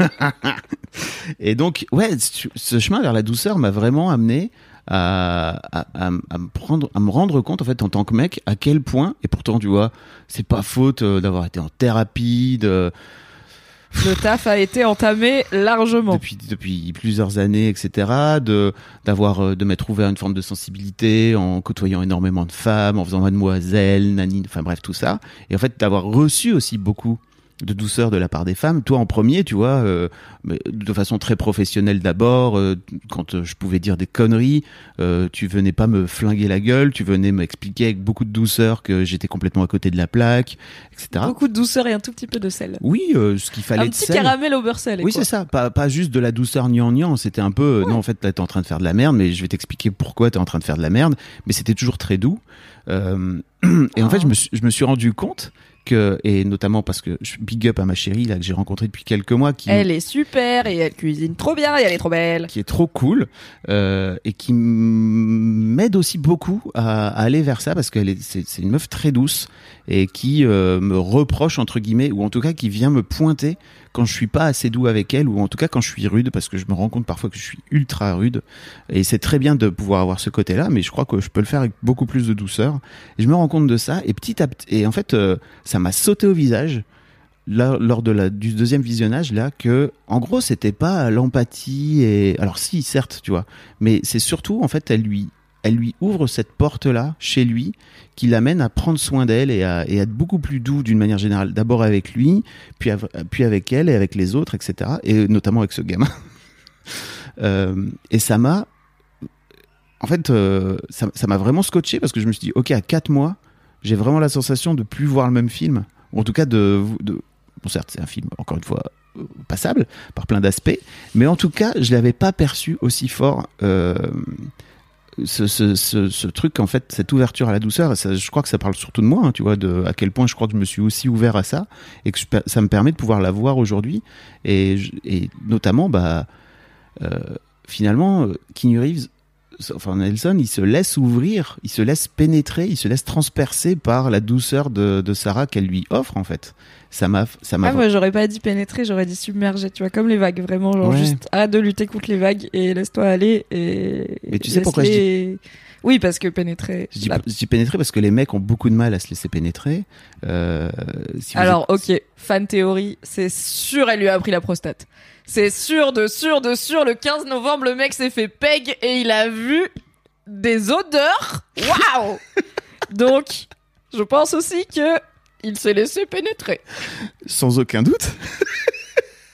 Speaker 3: Et donc, ouais, ce chemin vers la douceur m'a vraiment amené à, à, à, à me prendre, à me rendre compte, en fait, en tant que mec, à quel point, et pourtant, tu vois, c'est pas faute euh, d'avoir été en thérapie, de,
Speaker 2: Le taf a été entamé largement.
Speaker 3: depuis, depuis plusieurs années, et cetera, de, d'avoir, euh, de m'être ouvert une forme de sensibilité en côtoyant énormément de femmes, en faisant mademoiselle, nanine, enfin bref, tout ça. Et en fait, d'avoir reçu aussi beaucoup de douceur de la part des femmes. Toi en premier, tu vois, euh, de façon très professionnelle d'abord, euh, quand euh, je pouvais dire des conneries, euh, tu venais pas me flinguer la gueule, tu venais m'expliquer avec beaucoup de douceur que j'étais complètement à côté de la plaque, et cetera.
Speaker 2: Beaucoup de douceur et un tout petit peu de sel.
Speaker 3: Oui, euh, ce qu'il fallait
Speaker 2: Un
Speaker 3: de
Speaker 2: petit
Speaker 3: sel.
Speaker 2: caramel au beurre salé.
Speaker 3: Oui,
Speaker 2: quoi.
Speaker 3: c'est ça. Pas, pas juste de la douceur gnangnan. C'était un peu, euh, non, en fait, là, t'es en train de faire de la merde, mais je vais t'expliquer pourquoi t'es en train de faire de la merde. Mais c'était toujours très doux. Euh, et en
Speaker 2: Ah.
Speaker 3: fait, je me, suis, je me suis rendu compte que, et notamment parce que je big up à ma chérie, là, que j'ai rencontrée depuis quelques mois, qui,
Speaker 2: Elle est super et elle cuisine trop bien et elle est trop belle.
Speaker 3: qui est trop cool, euh, et qui m'aide aussi beaucoup à, à aller vers ça parce qu'elle est, c'est, c'est une meuf très douce et qui euh, me reproche entre guillemets, ou en tout cas qui vient me pointer quand je suis pas assez doux avec elle, ou en tout cas quand je suis rude, parce que je me rends compte parfois que je suis ultra rude, et c'est très bien de pouvoir avoir ce côté-là, mais je crois que je peux le faire avec beaucoup plus de douceur. Et je me rends compte de ça, et petit à petit, et en fait, euh, ça m'a sauté au visage. Là, lors de la, du deuxième visionnage, là, que, en gros, c'était pas l'empathie et, alors si, certes, tu vois, mais c'est surtout, en fait, elle lui, elle lui ouvre cette porte-là, chez lui, qui l'amène à prendre soin d'elle et à, et à être beaucoup plus doux d'une manière générale. D'abord avec lui, puis, av- puis avec elle et avec les autres, et cetera. Et notamment avec ce gamin. euh, et ça m'a, en fait, euh, ça, ça m'a vraiment scotché parce que je me suis dit, ok, à quatre mois, j'ai vraiment la sensation de plus voir le même film. Ou en tout cas, de, de bon, certes, c'est un film, encore une fois, euh, passable, par plein d'aspects, mais en tout cas, je l'avais pas perçu aussi fort, euh, ce, ce, ce, ce truc, en fait, cette ouverture à la douceur. Ça, je crois que ça parle surtout de moi, hein, tu vois, de à quel point je crois que je me suis aussi ouvert à ça, et que je, ça me permet de pouvoir la voir aujourd'hui, et, je- et notamment, bah, euh, finalement, euh, Keanu Reeves, enfin Nelson, il se laisse ouvrir, il se laisse pénétrer, il se laisse transpercer par la douceur de, de Sarah qu'elle lui offre, en fait. Ça m'a, ça m'a.
Speaker 2: Ah, moi j'aurais pas dit pénétrer, j'aurais dit submerger, tu vois, comme les vagues, vraiment, genre
Speaker 3: Ouais.
Speaker 2: juste arrête de lutter contre les vagues et laisse-toi aller et.
Speaker 3: Mais tu sais pourquoi je
Speaker 2: laisse-les- Oui, parce que pénétrer.
Speaker 3: Je dis,
Speaker 2: la-
Speaker 3: je dis pénétrer parce que les mecs ont beaucoup de mal à se laisser pénétrer. Euh, si vous
Speaker 2: Alors,
Speaker 3: êtes-
Speaker 2: ok, fan théorie, c'est sûr, elle lui a appris la prostate. C'est sûr, de sûr, de sûr, le quinze novembre, le mec s'est fait peg et il a vu des odeurs. Waouh! Donc, je pense aussi que il s'est laissé pénétrer.
Speaker 3: Sans aucun doute.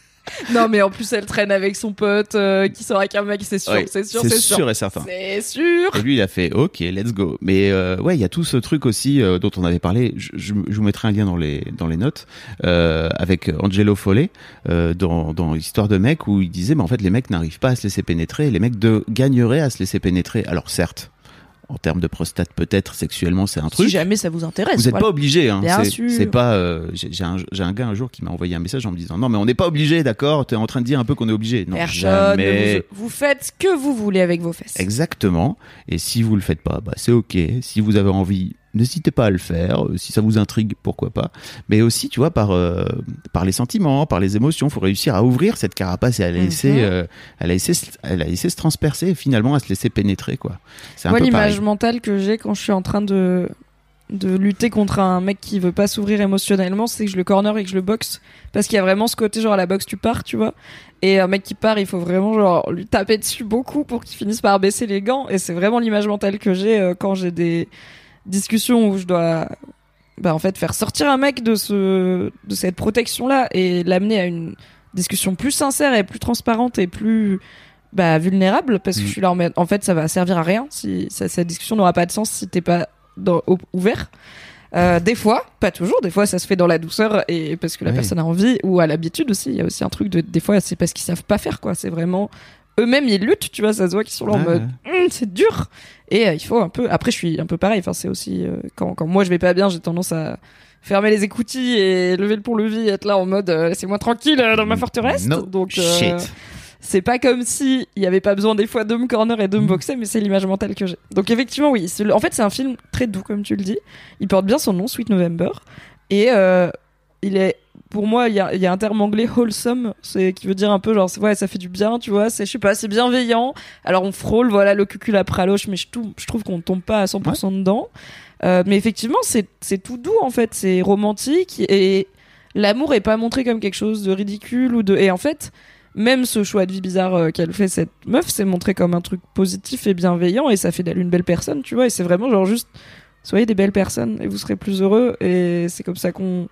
Speaker 2: Non, mais en plus, elle traîne avec son pote euh, qui sort avec un mec, c'est sûr,
Speaker 3: Ouais,
Speaker 2: c'est sûr,
Speaker 3: c'est
Speaker 2: c'est
Speaker 3: sûr
Speaker 2: sûr.
Speaker 3: et certain.
Speaker 2: C'est sûr.
Speaker 3: Et lui, il a fait OK, let's go. Mais euh, ouais, il y a tout ce truc aussi euh, dont on avait parlé. Je, je, je vous mettrai un lien dans les dans les notes euh, avec Angelo Follet euh, dans dans l'histoire de mec où il disait, mais en fait, les mecs n'arrivent pas à se laisser pénétrer. Les mecs de gagneraient à se laisser pénétrer. Alors certes. En termes de prostate, peut-être sexuellement, c'est un truc.
Speaker 2: Si jamais ça vous intéresse.
Speaker 3: Vous n'êtes
Speaker 2: voilà.
Speaker 3: pas obligé. Hein.
Speaker 2: Bien
Speaker 3: c'est,
Speaker 2: sûr.
Speaker 3: c'est pas. Euh, j'ai, j'ai, un, j'ai un gars un jour qui m'a envoyé un message en me disant non, mais on n'est pas obligé, d'accord. T'es en train de dire un peu qu'on est obligé. Non,
Speaker 2: Personne.
Speaker 3: jamais.
Speaker 2: Vous, vous faites ce que vous voulez avec vos fesses.
Speaker 3: Exactement. Et si vous le faites pas, bah c'est ok. Si vous avez envie, n'hésitez pas à le faire. Si ça vous intrigue, pourquoi pas. Mais aussi, tu vois, par euh, par les sentiments, par les émotions, faut réussir à ouvrir cette carapace et à la laisser, mm-hmm. euh, à la laisser, à la laisser se transpercer et finalement à se laisser pénétrer, quoi. C'est un
Speaker 2: Moi,
Speaker 3: peu
Speaker 2: l'image
Speaker 3: pareil.
Speaker 2: mentale que j'ai quand je suis en train de de lutter contre un mec qui veut pas s'ouvrir émotionnellement, c'est que je le corner et que je le boxe, parce qu'il y a vraiment ce côté genre à la boxe tu pars, tu vois, et un mec qui part, il faut vraiment genre lui taper dessus beaucoup pour qu'il finisse par baisser les gants, et c'est vraiment l'image mentale que j'ai euh, quand j'ai des discussions où je dois bah en fait faire sortir un mec de ce de cette protection là et l'amener à une discussion plus sincère et plus transparente et plus bah vulnérable, parce que mmh. je suis là en, en fait ça va servir à rien si ça, cette discussion n'aura pas de sens si t'es pas dans, au, ouvert. Euh, des fois, pas toujours, des fois ça se fait dans la douceur et parce que la oui. personne a envie ou à l'habitude aussi. Il y a aussi un truc de des fois c'est parce qu'ils savent pas faire, quoi. C'est vraiment eux-mêmes ils luttent, tu vois, ça se voit qu'ils sont là en ouais, mode ouais. Hm, c'est dur et euh, il faut un peu. Après je suis un peu pareil. Enfin c'est aussi euh, quand quand moi je vais pas bien, j'ai tendance à fermer les écoutilles et lever le pont-levis et être là en mode euh, laissez-moi tranquille euh, dans ma forteresse.
Speaker 3: No
Speaker 2: Donc
Speaker 3: shit.
Speaker 2: Euh, c'est pas comme si il y avait pas besoin des fois de me corner et de me boxer, mais c'est l'image mentale que j'ai. Donc effectivement, oui. C'est le... En fait, c'est un film très doux, comme tu le dis. Il porte bien son nom, Sweet November. Et euh, il est, pour moi, il y a, il y a un terme anglais wholesome, c'est qui veut dire un peu genre, ouais, ça fait du bien, tu vois. C'est, je sais pas, c'est bienveillant. Alors on frôle, voilà, le cucul à praloche, mais je, tout, je trouve qu'on tombe pas à cent pour cent ouais. dedans. Euh, mais effectivement, c'est, c'est tout doux en fait. C'est romantique et l'amour est pas montré comme quelque chose de ridicule ou de. Et en fait. Même ce choix de vie bizarre euh, qu'elle fait, cette meuf, c'est montré comme un truc positif et bienveillant et ça fait d'elle une belle personne, tu vois. Et c'est vraiment genre juste, soyez des belles personnes et vous serez plus heureux. Et c'est comme ça qu'on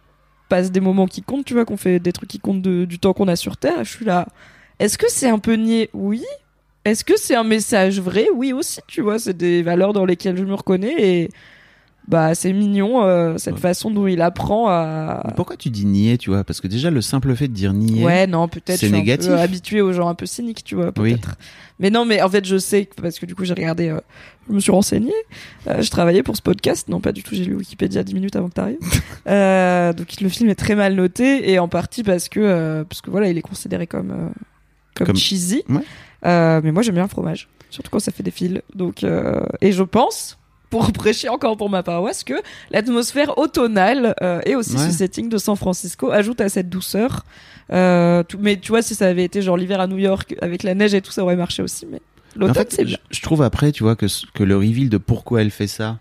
Speaker 2: passe des moments qui comptent, tu vois, qu'on fait des trucs qui comptent de, du temps qu'on a sur Terre. Je suis là, est-ce que c'est un peu niais ? Oui. Est-ce que c'est un message vrai ? Oui aussi, tu vois. C'est des valeurs dans lesquelles je me reconnais et... Bah, c'est mignon, euh, cette ouais. façon dont il apprend à...
Speaker 3: Mais pourquoi tu dis nier, tu vois ? Parce que déjà, le simple fait de dire nier...
Speaker 2: Ouais, non, peut-être
Speaker 3: c'est
Speaker 2: je suis
Speaker 3: négatif.
Speaker 2: un peu habituée aux gens un peu cyniques, tu vois, peut-être. Oui. Mais non, mais en fait, je sais, parce que du coup, j'ai regardé... Euh, je me suis renseignée. Euh, je travaillais pour ce podcast. Non, pas du tout, j'ai lu Wikipédia dix minutes avant que t'arrives. euh, donc, le film est très mal noté, et en partie parce que... Euh, parce que voilà, il est considéré comme... Euh, comme, comme cheesy. Ouais. Euh, mais moi, j'aime bien le fromage. Surtout quand ça fait des fils. Donc, euh, et je pense... pour prêcher encore pour ma paroisse, que l'atmosphère automnale euh, et aussi ouais. ce setting de San Francisco ajoute à cette douceur. Euh, tout, mais tu vois, si ça avait été genre l'hiver à New York avec la neige et tout, ça aurait marché aussi. Mais l'automne, en fait, c'est bien.
Speaker 3: Je trouve après, tu vois, que, que le reveal de pourquoi elle fait ça,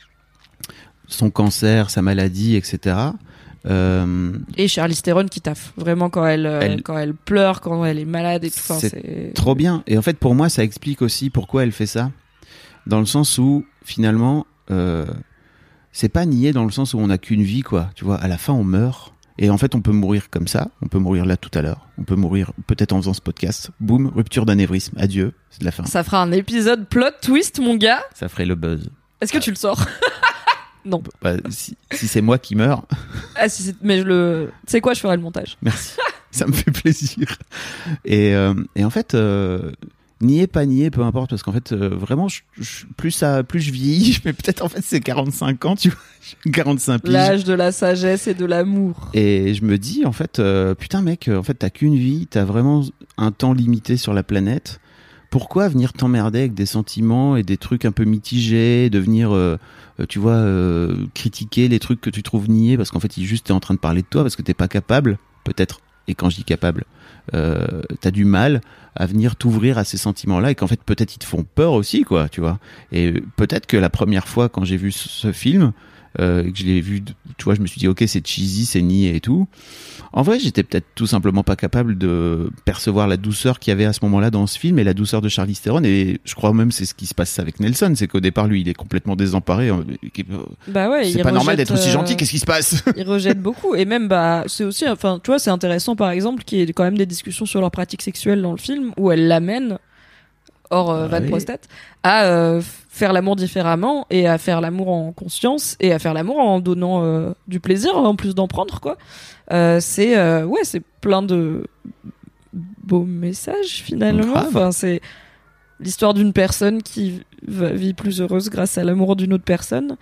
Speaker 3: son cancer, sa maladie, et cetera. Euh...
Speaker 2: Et Charlize Theron qui taffe vraiment quand elle, elle quand elle pleure, quand elle est malade et tout. Enfin,
Speaker 3: c'est,
Speaker 2: c'est
Speaker 3: trop bien. Et en fait, pour moi, ça explique aussi pourquoi elle fait ça. Dans le sens où, finalement, euh, c'est pas nier dans le sens où on n'a qu'une vie, quoi. Tu vois, à la fin, on meurt. Et en fait, on peut mourir comme ça. On peut mourir là tout à l'heure. On peut mourir peut-être en faisant ce podcast. Boum, rupture d'anévrisme. Adieu, c'est de la fin.
Speaker 2: Ça fera un épisode plot twist, mon gars.
Speaker 3: Ça ferait le buzz.
Speaker 2: Est-ce que ah. tu le sors ? Non.
Speaker 3: Bah, si, si c'est moi qui meurs.
Speaker 2: Ah, si c'est... mais je le. Tu sais quoi, je ferai le montage.
Speaker 3: Merci. Ça me fait plaisir. Et, euh, et en fait. Euh... Nier, pas nier, peu importe, parce qu'en fait, euh, vraiment, je, je, plus, ça, plus je vieillis, mais peut-être en fait c'est quarante-cinq ans, tu vois, quarante-cinq piges.
Speaker 2: L'âge de la sagesse et de l'amour.
Speaker 3: Et je me dis, en fait, euh, putain mec, en fait, t'as qu'une vie, t'as vraiment un temps limité sur la planète. Pourquoi venir t'emmerder avec des sentiments et des trucs un peu mitigés, de venir, euh, tu vois, euh, critiquer les trucs que tu trouves niais, parce qu'en fait, il juste t'es en train de parler de toi, parce que t'es pas capable, peut-être, et quand je dis capable, euh, t'as du mal à venir t'ouvrir à ces sentiments-là et qu'en fait peut-être ils te font peur aussi, quoi, tu vois. Et peut-être que la première fois quand j'ai vu ce, ce film, euh, et que je l'ai vu, tu vois, je me suis dit ok, c'est cheesy, c'est niais et tout. En vrai, j'étais peut-être tout simplement pas capable de percevoir la douceur qu'il y avait à ce moment-là dans ce film et la douceur de Charlize Theron. Et je crois même c'est ce qui se passe avec Nelson, c'est qu'au départ lui, il est complètement désemparé.
Speaker 2: Bah ouais,
Speaker 3: c'est
Speaker 2: il
Speaker 3: pas normal
Speaker 2: rejette,
Speaker 3: d'être aussi
Speaker 2: euh,
Speaker 3: gentil. Qu'est-ce qui se passe?
Speaker 2: Il rejette beaucoup. Et même bah c'est aussi, enfin tu vois, c'est intéressant par exemple qu'il y ait quand même des discussions sur leur pratique sexuelle dans le film où elle l'amène hors euh, Van
Speaker 3: Ouais.
Speaker 2: Prostate à euh, faire l'amour différemment et à faire l'amour en conscience et à faire l'amour en donnant euh, du plaisir en plus d'en prendre quoi. Euh, c'est euh, ouais, c'est plein de beaux messages finalement.
Speaker 3: Grave.
Speaker 2: Enfin c'est l'histoire d'une personne qui va- vit plus heureuse grâce à l'amour d'une autre personne.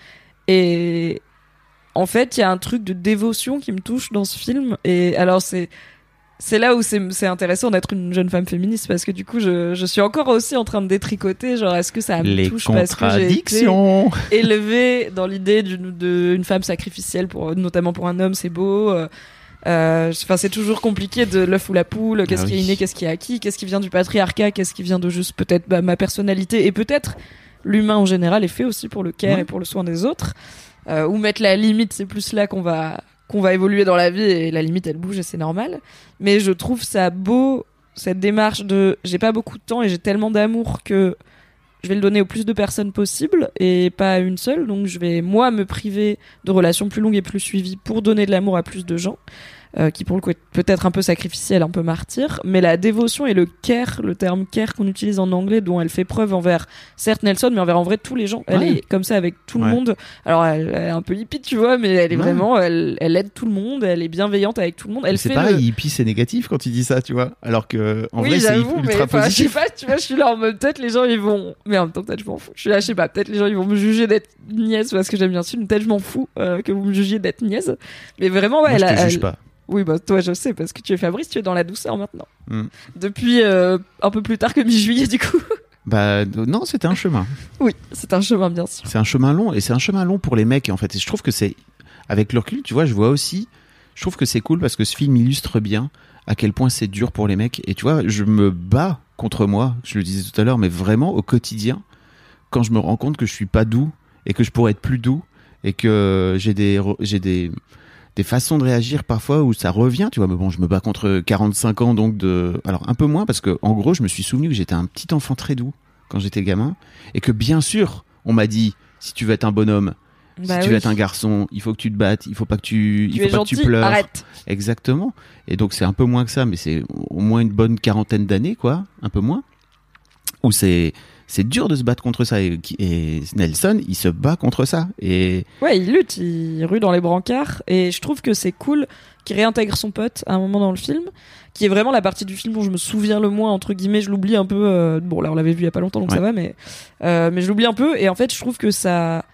Speaker 2: Et en fait, il y a un truc de dévotion qui me touche dans ce film. Et alors, c'est c'est là où c'est c'est intéressant d'être une jeune femme féministe parce que du coup, je je suis encore aussi en train de détricoter. Genre, est-ce que ça me
Speaker 3: Les
Speaker 2: touche parce que j'ai été
Speaker 3: contradictions.
Speaker 2: élevée dans l'idée d'une d'une femme sacrificielle pour notamment pour un homme, c'est beau. euh, Euh, enfin, c'est toujours compliqué de l'œuf ou la poule. Qu'est-ce
Speaker 3: Ah
Speaker 2: qui est
Speaker 3: oui.
Speaker 2: inné, qu'est-ce qui est acquis, qu'est-ce qui vient du patriarcat, qu'est-ce qui vient de juste peut-être bah, ma personnalité et peut-être l'humain en général est fait aussi pour le care
Speaker 3: Ouais.
Speaker 2: et pour le soin des autres. Euh, où mettre la limite, c'est plus là qu'on va qu'on va évoluer dans la vie et la limite elle bouge et c'est normal. Mais je trouve ça beau cette démarche de j'ai pas beaucoup de temps et j'ai tellement d'amour que je vais le donner au plus de personnes possible et pas à une seule. Donc je vais moi me priver de relations plus longues et plus suivies pour donner de l'amour à plus de gens. Euh, qui pour le coup est peut-être un peu sacrificiel, un peu martyr, mais la dévotion et le care, le terme care qu'on utilise en anglais, dont elle fait preuve envers, certes Nelson, mais envers en vrai tous les gens. Elle
Speaker 3: Ouais.
Speaker 2: est comme ça avec tout le
Speaker 3: Ouais.
Speaker 2: monde. Alors elle, elle est un peu hippie, tu vois, mais elle est
Speaker 3: Ouais.
Speaker 2: vraiment, elle, elle aide tout le monde, elle est bienveillante avec tout le monde. Elle
Speaker 3: Mais c'est
Speaker 2: fait
Speaker 3: pareil,
Speaker 2: le...
Speaker 3: hippie c'est négatif quand il dit ça, tu vois. Alors que en
Speaker 2: oui,
Speaker 3: vrai c'est
Speaker 2: j'avoue, mais
Speaker 3: ultra
Speaker 2: enfin, je sais
Speaker 3: positif.
Speaker 2: pas, tu vois, je suis là en mode peut-être les gens ils vont, mais en même temps peut-être je m'en fous. Je suis là, je sais pas, peut-être les gens ils vont me juger d'être niaise parce que j'aime bien ce film, peut-être je m'en fous euh, que vous me jugiez d'être niaise. Mais vraiment ouais,
Speaker 3: Moi, je
Speaker 2: elle,
Speaker 3: te
Speaker 2: a-
Speaker 3: juge
Speaker 2: elle-
Speaker 3: pas.
Speaker 2: Oui, bah toi je sais parce que tu es Fabrice, tu es dans la douceur maintenant.
Speaker 3: Mm.
Speaker 2: Depuis euh, un peu plus tard que mi-juillet du coup.
Speaker 3: Bah non, c'était un chemin.
Speaker 2: Oui, c'est un chemin bien sûr.
Speaker 3: C'est un chemin long et c'est un chemin long pour les mecs en fait. Et je trouve que c'est avec le recul, tu vois, je vois aussi, je trouve que c'est cool parce que ce film illustre bien à quel point c'est dur pour les mecs. Et tu vois, je me bats contre moi, je le disais tout à l'heure, mais vraiment au quotidien, quand je me rends compte que je suis pas doux et que je pourrais être plus doux et que j'ai des j'ai des des façons de réagir parfois où ça revient, tu vois. Mais bon, je me bats contre quarante-cinq ans, donc de, alors un peu moins parce que en gros, je me suis souvenu que j'étais un petit enfant très doux quand j'étais gamin et que bien sûr, on m'a dit si tu veux être un bonhomme,
Speaker 2: Bah
Speaker 3: si tu
Speaker 2: oui.
Speaker 3: veux être un garçon, il faut que tu te battes, il faut pas que tu, il
Speaker 2: Tu
Speaker 3: faut
Speaker 2: es
Speaker 3: pas
Speaker 2: gentil,
Speaker 3: que tu pleures.
Speaker 2: arrête.
Speaker 3: Exactement. Et donc c'est un peu moins que ça, mais c'est au moins une bonne quarantaine d'années, quoi, un peu moins. Où c'est c'est dur de se battre contre ça et, et Nelson, il se bat contre ça et
Speaker 2: Ouais, il lutte, il rue dans les brancards et je trouve que c'est cool qu'il réintègre son pote à un moment dans le film, qui est vraiment la partie du film dont je me souviens le moins entre guillemets, je l'oublie un peu. Euh, bon là on l'avait vu il y a pas longtemps donc
Speaker 3: Ouais.
Speaker 2: ça va, mais euh, mais je l'oublie un peu et en fait je trouve que ça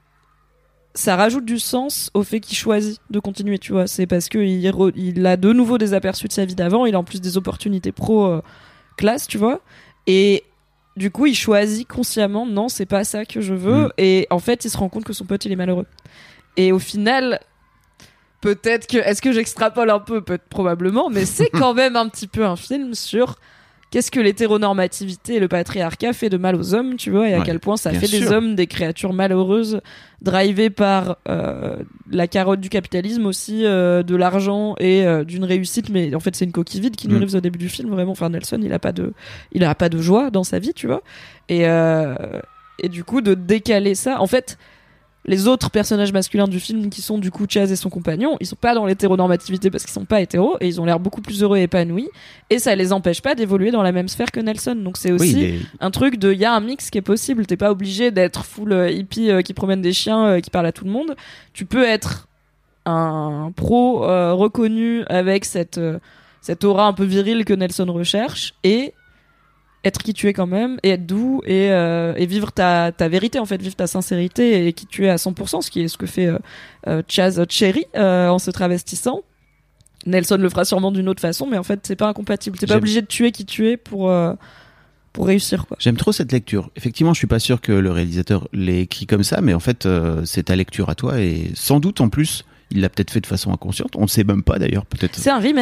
Speaker 2: ça rajoute du sens au fait qu'il choisit de continuer, tu vois. C'est parce que il, re- il a de nouveau des aperçus de sa vie d'avant, il a en plus des opportunités pro euh, classe, tu vois. Et du coup, il choisit consciemment, non, c'est pas ça que je veux.
Speaker 3: Mm.
Speaker 2: Et en fait, il se rend compte que son pote, il est malheureux. Et au final, peut-être que, est-ce que j'extrapole un peu, peut probablement, mais c'est quand même un petit peu un film sur qu'est-ce que l'hétéronormativité et le patriarcat fait de mal aux hommes, tu vois, et à
Speaker 3: Ouais,
Speaker 2: quel point ça
Speaker 3: bien
Speaker 2: fait des
Speaker 3: sûr.
Speaker 2: hommes des créatures malheureuses, drivées par euh, la carotte du capitalisme aussi, euh, de l'argent et euh, d'une réussite, mais en fait c'est une coquille vide qui nous
Speaker 3: Mm.
Speaker 2: arrive au début du film, vraiment. Enfin, Nelson, il a pas de, il a pas de joie dans sa vie, tu vois, et euh, et du coup de décaler ça, en fait. Les autres personnages masculins du film qui sont du coup Chaz et son compagnon, ils sont pas dans l'hétéronormativité parce qu'ils sont pas hétéros et ils ont l'air beaucoup plus heureux et épanouis et ça les empêche pas d'évoluer dans la même sphère que Nelson. Donc c'est
Speaker 3: oui,
Speaker 2: aussi
Speaker 3: il est-
Speaker 2: un truc de il y a un mix qui est possible, t'es pas obligé d'être full euh, hippie euh, qui promène des chiens euh, qui parle à tout le monde. Tu peux être un pro euh, reconnu avec cette euh, cette aura un peu virile que Nelson recherche et être qui tu es quand même et être doux et, euh, et vivre ta, ta vérité en fait, vivre ta sincérité et qui tu es à cent pour cent, ce qui est ce que fait euh, euh, Chaz Cherry euh, en se travestissant. Nelson le fera sûrement d'une autre façon, mais en fait c'est pas incompatible, t'es pas
Speaker 3: J'aime-
Speaker 2: obligé de tuer qui tu es pour, euh, pour réussir quoi.
Speaker 3: J'aime trop cette lecture. Effectivement, je suis pas sûr que le réalisateur l'ait écrit comme ça, mais en fait, euh, c'est ta lecture à toi et sans doute en plus, il l'a peut-être fait de façon inconsciente. On ne sait même pas d'ailleurs, peut-être.
Speaker 2: C'est un remake.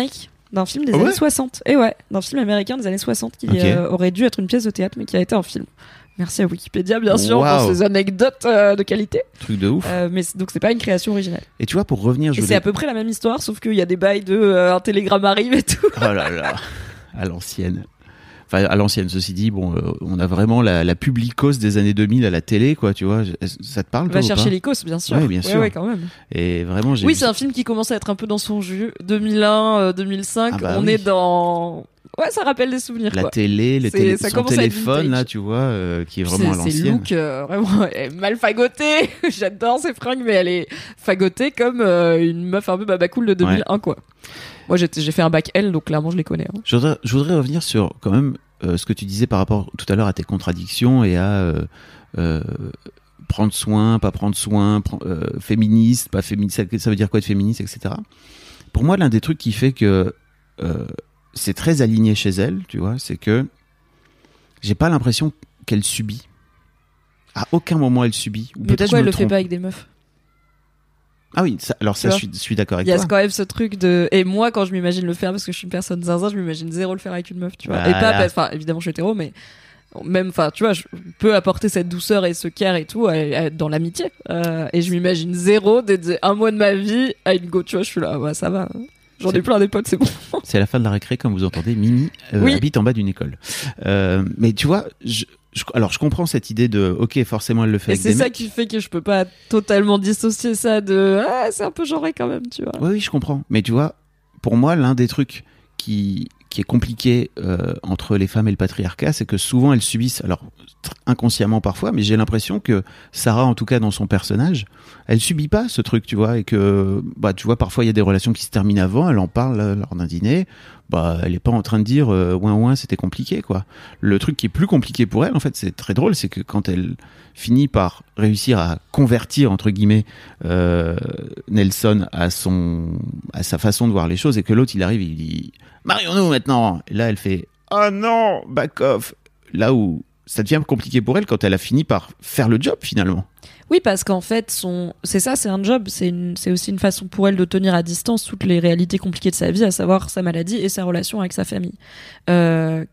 Speaker 2: d'un film des
Speaker 3: Ah ouais
Speaker 2: années soixante. Et ouais, d'un film américain des années soixante qui
Speaker 3: Ok.
Speaker 2: euh, aurait dû être une pièce de théâtre, mais qui a été un film. Merci à Wikipédia, bien sûr,
Speaker 3: Waouh.
Speaker 2: pour ces anecdotes euh, de qualité.
Speaker 3: Truc de ouf.
Speaker 2: Euh, mais c'est- donc c'est pas une création originale.
Speaker 3: Et tu vois, pour revenir, je
Speaker 2: Et c'est
Speaker 3: voulais...
Speaker 2: à peu près la même histoire, sauf qu'il y a des bails de euh, un télégramme arrive et tout.
Speaker 3: Oh là là, à l'ancienne. Enfin, à l'ancienne, ceci dit, bon, euh, on a vraiment la, la publicos des années deux mille à la télé, quoi, tu vois. Ça te parle, toi,
Speaker 2: Va
Speaker 3: ou
Speaker 2: chercher
Speaker 3: pas
Speaker 2: l'Icos, bien sûr.
Speaker 3: Ouais, bien sûr.
Speaker 2: Ouais, quand même.
Speaker 3: Et vraiment, j'ai
Speaker 2: Oui,
Speaker 3: vu
Speaker 2: c'est
Speaker 3: ça.
Speaker 2: un film qui commence à être un peu dans son jus. deux mille un, euh, deux mille cinq,
Speaker 3: Ah bah
Speaker 2: on
Speaker 3: oui.
Speaker 2: est dans... Ouais, ça rappelle des souvenirs,
Speaker 3: La
Speaker 2: quoi.
Speaker 3: télé, les
Speaker 2: C'est-
Speaker 3: télé...
Speaker 2: ça
Speaker 3: son
Speaker 2: commence à être
Speaker 3: téléphone,
Speaker 2: vintage.
Speaker 3: là, tu vois, euh, qui est vraiment à
Speaker 2: C'est c'est
Speaker 3: l'ancienne.
Speaker 2: look euh, vraiment elle est mal fagotée. J'adore ces fringues, mais elle est fagotée comme euh, une meuf un peu babacool de deux mille un, quoi. Moi, j'étais- j'ai fait un bac L, donc clairement, je les connais. hein.
Speaker 3: Je voudrais, je voudrais revenir sur, quand même, euh, ce que tu disais par rapport, tout à l'heure, à tes contradictions et à... euh, euh, prendre soin, pas prendre soin, pr- euh, féministe, pas féministe, ça, ça veut dire quoi de féministe, et cetera. Pour moi, l'un des trucs qui fait que euh, c'est très aligné chez elle, tu vois, c'est que j'ai pas l'impression qu'elle subit. À aucun moment elle subit. Ou
Speaker 2: Mais
Speaker 3: peut-être
Speaker 2: pourquoi
Speaker 3: je
Speaker 2: elle
Speaker 3: me
Speaker 2: le fait
Speaker 3: trompe.
Speaker 2: pas avec des meufs?
Speaker 3: Ah oui, ça, alors ça,
Speaker 2: Tu
Speaker 3: je suis, je suis d'accord avec
Speaker 2: Il y a
Speaker 3: toi.
Speaker 2: quand même ce truc de. Et moi, quand je m'imagine le faire, parce que je suis une personne zinzin, je m'imagine zéro le faire avec une meuf, tu vois. Et
Speaker 3: Voilà.
Speaker 2: pas, parce- enfin, évidemment, je suis hétéro, mais même, enfin, tu vois, je peux apporter cette douceur et ce care et tout à- à- dans l'amitié. Euh, et je m'imagine zéro dédier un mois de ma vie à une go, tu vois. Je suis là, ouais, ça va. J'en
Speaker 3: C'est-
Speaker 2: ai plein des potes, c'est bon.
Speaker 3: C'est la fin de la récré, comme vous entendez. Mimi euh,
Speaker 2: Oui.
Speaker 3: habite en bas d'une école. Euh, mais tu vois, je, je- alors je comprends cette idée de, ok, forcément elle le fait
Speaker 2: Et
Speaker 3: avec
Speaker 2: c'est
Speaker 3: des
Speaker 2: ça
Speaker 3: mecs.
Speaker 2: qui fait que je peux pas totalement dissocier ça de. Ah, c'est un peu genré quand même, tu vois.
Speaker 3: Oui, oui, je comprends. Mais tu vois, pour moi, l'un des trucs qui, qui est compliqué euh, entre les femmes et le patriarcat, c'est que souvent elles subissent, alors tr- inconsciemment parfois, mais j'ai l'impression que Sarah, en tout cas dans son personnage, elle subit pas ce truc, tu vois, et que, bah, tu vois, parfois il y a des relations qui se terminent avant, elle en parle euh, lors d'un dîner, bah, elle est pas en train de dire, euh, ouin ouin, c'était compliqué, quoi. Le truc qui est plus compliqué pour elle, en fait, c'est très drôle, c'est que quand elle finit par réussir à convertir, entre guillemets, euh, Nelson à son, à sa façon de voir les choses, et que l'autre, il arrive, il dit, marions-nous maintenant. Et là, elle fait, oh non, back off. Là où ça devient compliqué pour elle quand elle a fini par faire le job, finalement.
Speaker 2: Oui, parce qu'en fait, son... c'est ça, c'est un job. C'est une... c'est aussi une façon pour elle de tenir à distance toutes les réalités compliquées de sa vie, à savoir sa maladie et sa relation avec sa famille. Euh...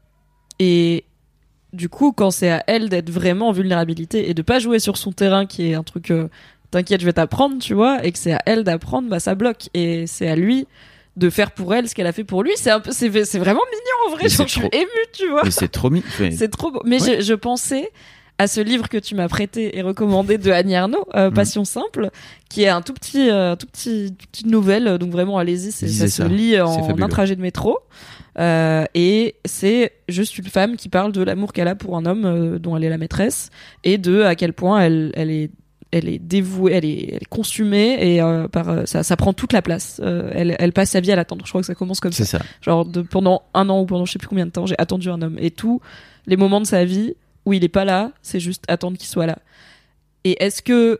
Speaker 2: Et du coup, quand c'est à elle d'être vraiment en vulnérabilité et de pas jouer sur son terrain, qui est un truc, euh, t'inquiète, je vais t'apprendre, tu vois, et que c'est à elle d'apprendre, bah ça bloque. Et c'est à lui de faire pour elle ce qu'elle a fait pour lui. C'est un peu, c'est, c'est vraiment mignon en vrai.
Speaker 3: Mais
Speaker 2: Genre,
Speaker 3: c'est
Speaker 2: je suis
Speaker 3: trop-
Speaker 2: émue, tu vois.
Speaker 3: Mais c'est trop mis.
Speaker 2: C'est trop beau. Mais
Speaker 3: Ouais.
Speaker 2: je, je pensais à ce livre que tu m'as prêté et recommandé de Annie Ernaux, euh,
Speaker 3: Mhm.
Speaker 2: Passion simple, qui est un tout petit, euh, tout petit, toute petite nouvelle. Donc vraiment, allez-y, c'est, ça
Speaker 3: Lisez
Speaker 2: se
Speaker 3: ça.
Speaker 2: lit
Speaker 3: C'est
Speaker 2: en
Speaker 3: fabuleux.
Speaker 2: un trajet de métro. Euh, et c'est juste une femme qui parle de l'amour qu'elle a pour un homme euh, dont elle est la maîtresse et de à quel point elle, elle est elle est dévouée, elle est, elle est consumée et euh, par euh, ça, ça prend toute la place. Euh, elle, elle passe sa vie à l'attendre. Je crois que ça commence comme ça.
Speaker 3: C'est ça.
Speaker 2: Genre de, pendant un an ou pendant je sais plus combien de temps, j'ai attendu un homme. Et tous les moments de sa vie où il est pas là, c'est juste attendre qu'il soit là. Et est-ce que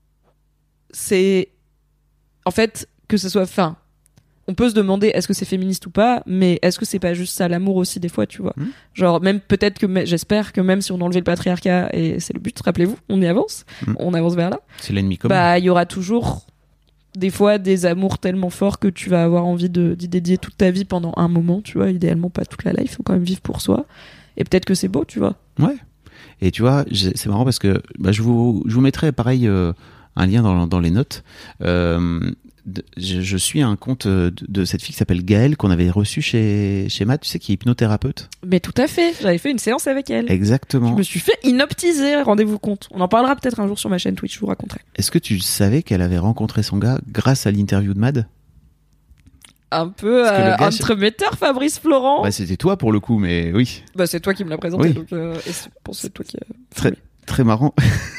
Speaker 2: c'est en fait que ce soit fin. On peut se demander est-ce que c'est féministe ou pas, mais est-ce que c'est pas juste ça l'amour aussi des fois, tu vois.
Speaker 3: Mmh.
Speaker 2: Genre même peut-être que mais- j'espère que même si on enlevait le patriarcat et c'est le but, rappelez-vous, on y avance,
Speaker 3: Mmh.
Speaker 2: on avance vers là.
Speaker 3: C'est l'ennemi commun.
Speaker 2: Bah il y aura toujours des fois des amours tellement forts que tu vas avoir envie de d'y dédier toute ta vie pendant un moment, tu vois, idéalement pas toute la life, faut quand même vivre pour soi. Et peut-être que c'est beau, tu vois.
Speaker 3: Ouais. Et tu vois, j'ai- c'est marrant parce que bah, je vous je vous mettrai pareil euh, un lien dans dans les notes. Euh, de- je, je suis un compte de, de cette fille qui s'appelle Gaëlle qu'on avait reçue chez chez Matt, tu sais, qui est hypnothérapeute.
Speaker 2: Mais tout à fait, j'avais fait une séance avec elle. Je
Speaker 3: Exactement.
Speaker 2: me suis fait inoptiser, rendez-vous compte. On en parlera peut-être un jour sur ma chaîne Twitch, je vous raconterai.
Speaker 3: Est-ce que tu savais qu'elle avait rencontré son gars grâce à l'interview de Mad?
Speaker 2: Un peu
Speaker 3: Parce que le
Speaker 2: euh,
Speaker 3: gars,
Speaker 2: entremetteur Fabrice Florent.
Speaker 3: Bah, c'était toi pour le coup, mais oui,
Speaker 2: Bah c'est toi qui me l'as présenté,
Speaker 3: Oui.
Speaker 2: donc euh, et c'est pour c'est toi qui. a-
Speaker 3: très très marrant.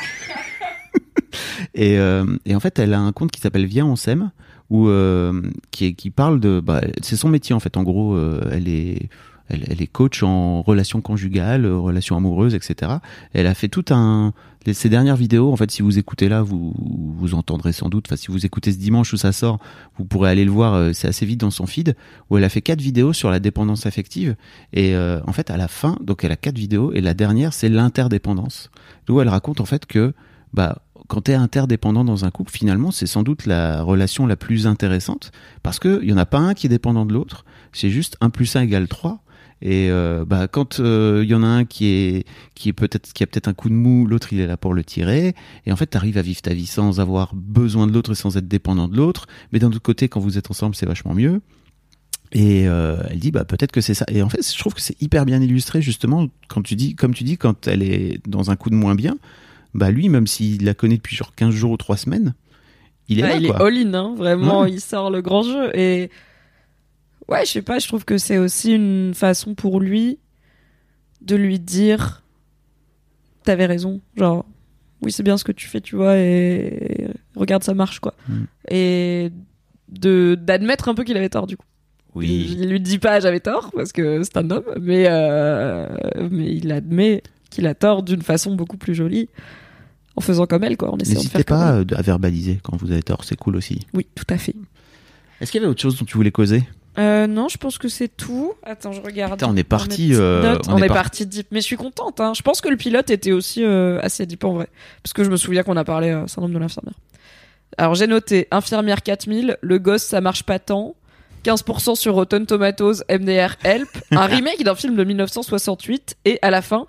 Speaker 3: et euh, et en fait, elle a un compte qui s'appelle Viens on s'aime, où euh, qui est, qui parle de bah, c'est son métier en fait. En gros, euh, elle est elle, elle est coach en relations conjugales, euh, relations amoureuses, et cetera. Elle a fait tout un les- ces dernières vidéos. En fait, si vous écoutez là, vous vous entendrez sans doute. Enfin, si vous écoutez ce dimanche où ça sort, vous pourrez aller le voir. euh, C'est assez vite dans son feed où elle a fait quatre vidéos sur la dépendance affective. Et euh, en fait, à la fin, donc elle a quatre vidéos et la dernière c'est l'interdépendance, où elle raconte en fait que bah quand t'es interdépendant dans un couple, finalement, c'est sans doute la relation la plus intéressante parce que il y en a pas un qui est dépendant de l'autre. C'est juste un plus un égale trois. Et euh, bah quand il euh, y en a un qui est qui est peut-être qui a peut-être un coup de mou, l'autre il est là pour le tirer. Et en fait, t'arrives à vivre ta vie sans avoir besoin de l'autre et sans être dépendant de l'autre. Mais d'un autre côté, quand vous êtes ensemble, c'est vachement mieux. Et euh, elle dit bah peut-être que c'est ça. Et en fait, je trouve que c'est hyper bien illustré justement quand tu dis comme tu dis quand elle est dans un coup de moins bien. Bah lui, même s'il la connaît depuis genre quinze jours ou trois semaines, il est
Speaker 2: ah,
Speaker 3: là
Speaker 2: il
Speaker 3: quoi.
Speaker 2: est all-in, hein, vraiment,
Speaker 3: Ouais.
Speaker 2: il sort le grand jeu. Et ouais, je sais pas, je trouve que c'est aussi une façon pour lui de lui dire t'avais raison, genre oui c'est bien ce que tu fais, tu vois, et regarde ça marche quoi.
Speaker 3: Mm.
Speaker 2: Et de d'admettre un peu qu'il avait tort du coup.
Speaker 3: Oui.
Speaker 2: Il lui dit pas j'avais tort parce que c'est un homme, mais euh, mais il admet qu'il a tort d'une façon beaucoup plus jolie en faisant comme elle quoi, en essayant de
Speaker 3: N'hésitez
Speaker 2: faire comme
Speaker 3: pas
Speaker 2: elle.
Speaker 3: à verbaliser quand vous avez tort, c'est cool aussi.
Speaker 2: Oui, tout à fait.
Speaker 3: Est-ce qu'il y avait autre chose dont tu voulais causer?
Speaker 2: Euh, non, je pense que c'est tout. Attends, je regarde.
Speaker 3: Putain, on est
Speaker 2: Dans
Speaker 3: parti,
Speaker 2: mes petites
Speaker 3: euh,
Speaker 2: notes.
Speaker 3: on
Speaker 2: on,
Speaker 3: est
Speaker 2: est,
Speaker 3: par-
Speaker 2: parti deep. Mais je suis contente. Hein. Je pense que le pilote était aussi euh, assez deep en vrai. Parce que je me souviens qu'on a parlé euh, syndrome de l'infirmière. Alors j'ai noté infirmière quatre mille, le gosse ça marche pas tant, quinze pour cent sur Rotten Tomatoes, M D R Help, un remake d'un film de dix-neuf cent soixante-huit et à la fin,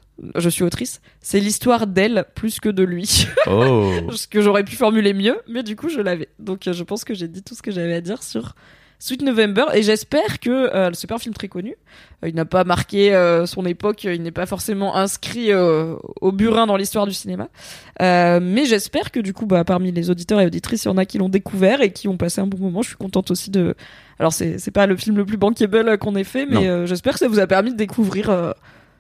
Speaker 2: je suis autrice, c'est l'histoire d'elle plus que de lui.
Speaker 3: Oh.
Speaker 2: Ce que j'aurais pu formuler mieux, mais du coup je l'avais. Donc euh, je pense que j'ai dit tout ce que j'avais à dire sur Sweet November et j'espère que euh, c'est pas un film très connu. Euh, il n'a pas marqué euh, son époque, il n'est pas forcément inscrit euh, au burin dans l'histoire du cinéma. Euh, mais j'espère que du coup, bah, parmi les auditeurs et auditrices, il y en a qui l'ont découvert et qui ont passé un bon moment. Je suis contente aussi de. Alors c'est c'est pas le film le plus bankable qu'on ait fait, mais euh, j'espère que ça vous a permis de découvrir. Euh,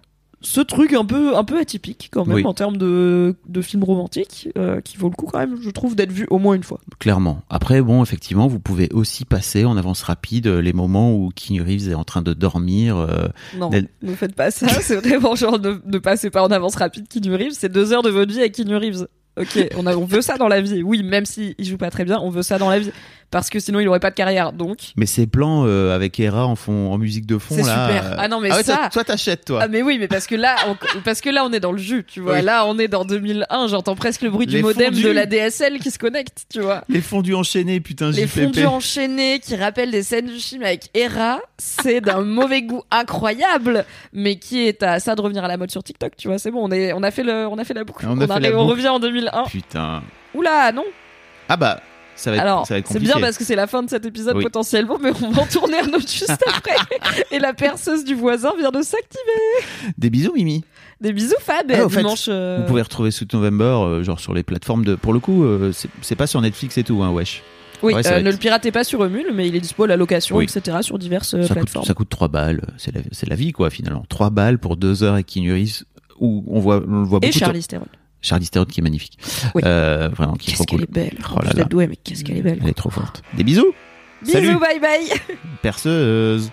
Speaker 2: ce truc un peu un peu atypique quand même
Speaker 3: Oui.
Speaker 2: en termes de de film romantique euh, qui vaut le coup quand même je trouve d'être vu au moins une fois.
Speaker 3: Clairement. Après, bon, effectivement, vous pouvez aussi passer en avance rapide les moments où Keanu Reeves est en train de dormir. euh,
Speaker 2: Non,
Speaker 3: Elle-
Speaker 2: ne faites pas ça, c'est vraiment genre ne, ne passez pas en avance rapide Keanu Reeves, c'est deux heures de votre vie avec Keanu Reeves. Ok, on, a, on veut ça dans la vie, oui, même s'il joue pas très bien, on veut ça dans la vie, parce que sinon il aurait pas de carrière, donc...
Speaker 3: Mais ces plans euh, avec Hera en, fond, en musique de fond,
Speaker 2: C'est
Speaker 3: là.
Speaker 2: super.
Speaker 3: euh,
Speaker 2: Ah non, mais
Speaker 3: ouais,
Speaker 2: ça-
Speaker 3: toi, toi, t'achètes, toi.
Speaker 2: Ah mais oui, mais parce que là, on, parce que là on est dans le jus, tu vois,
Speaker 3: Oui.
Speaker 2: là on est dans deux mille un, j'entends presque le bruit du
Speaker 3: Les
Speaker 2: modem
Speaker 3: fondus.
Speaker 2: de la D S L qui se connecte, tu vois.
Speaker 3: Les fondus enchaînés, putain,
Speaker 2: Les
Speaker 3: J P P.
Speaker 2: fondus enchaînés qui rappellent des scènes du film avec Hera, c'est d'un mauvais goût incroyable, mais qui est à ça de revenir à la mode sur TikTok, tu vois. C'est bon, on est, on a fait le, on a fait la boucle.
Speaker 3: On a fait
Speaker 2: arrive-
Speaker 3: la
Speaker 2: on
Speaker 3: boucle.
Speaker 2: revient en deux mille un.
Speaker 3: Putain.
Speaker 2: Oula, non.
Speaker 3: Ah bah, ça va être,
Speaker 2: Alors,
Speaker 3: ça va être
Speaker 2: c'est
Speaker 3: compliqué.
Speaker 2: bien parce que c'est la fin de cet épisode
Speaker 3: Oui.
Speaker 2: potentiellement, mais on va en tourner un autre juste après. Et la perceuse du voisin vient de s'activer.
Speaker 3: Des bisous, Mimi.
Speaker 2: Des bisous, Fab.
Speaker 3: Ah,
Speaker 2: et
Speaker 3: au fait,
Speaker 2: dimanche. euh,
Speaker 3: Vous pouvez retrouver Sweet November, euh, genre sur les plateformes de. Pour le coup, euh, c'est, c'est pas sur Netflix et tout, hein, wesh.
Speaker 2: Oui,
Speaker 3: Ouais, ça
Speaker 2: euh,
Speaker 3: va
Speaker 2: ne
Speaker 3: être-
Speaker 2: le piratez pas sur Emule, mais il est dispo à la location,
Speaker 3: Oui.
Speaker 2: et cetera sur diverses euh,
Speaker 3: Ça coûte,
Speaker 2: plateformes.
Speaker 3: ça coûte trois balles. C'est la, c'est la vie, quoi, finalement. trois balles pour deux heures avec Keanu Reeves, où on voit, on le voit
Speaker 2: Et
Speaker 3: beaucoup.
Speaker 2: Charlize Theron.
Speaker 3: Charlize Theron qui est magnifique.
Speaker 2: Oui.
Speaker 3: Euh, vraiment, qui est
Speaker 2: Qu'est-ce
Speaker 3: trop
Speaker 2: qu'elle
Speaker 3: cool.
Speaker 2: est belle.
Speaker 3: Oh
Speaker 2: En
Speaker 3: là
Speaker 2: plus
Speaker 3: là.
Speaker 2: d'être douée, mais qu'est-ce qu'elle est belle.
Speaker 3: Elle est trop forte. Des bisous. Salut.
Speaker 2: Bisous, bye bye.
Speaker 3: Perceuse.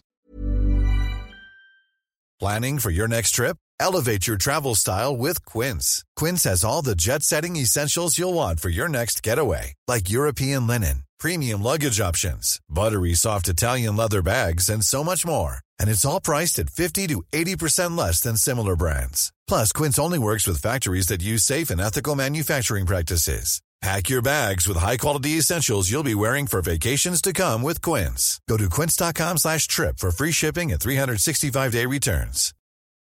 Speaker 4: Planning for your next trip? Elevate your travel style with Quince. Quince has all the jet-setting essentials you'll want for your next getaway, like European linen, premium luggage options, buttery soft Italian leather bags, and so much more. And it's all priced at fifty to eighty percent less than similar brands. Plus, Quince only works with factories that use safe and ethical manufacturing practices. Pack your bags with high-quality essentials you'll be wearing for vacations to come with Quince. Go to quince.com slash trip for free shipping and three sixty-five day returns.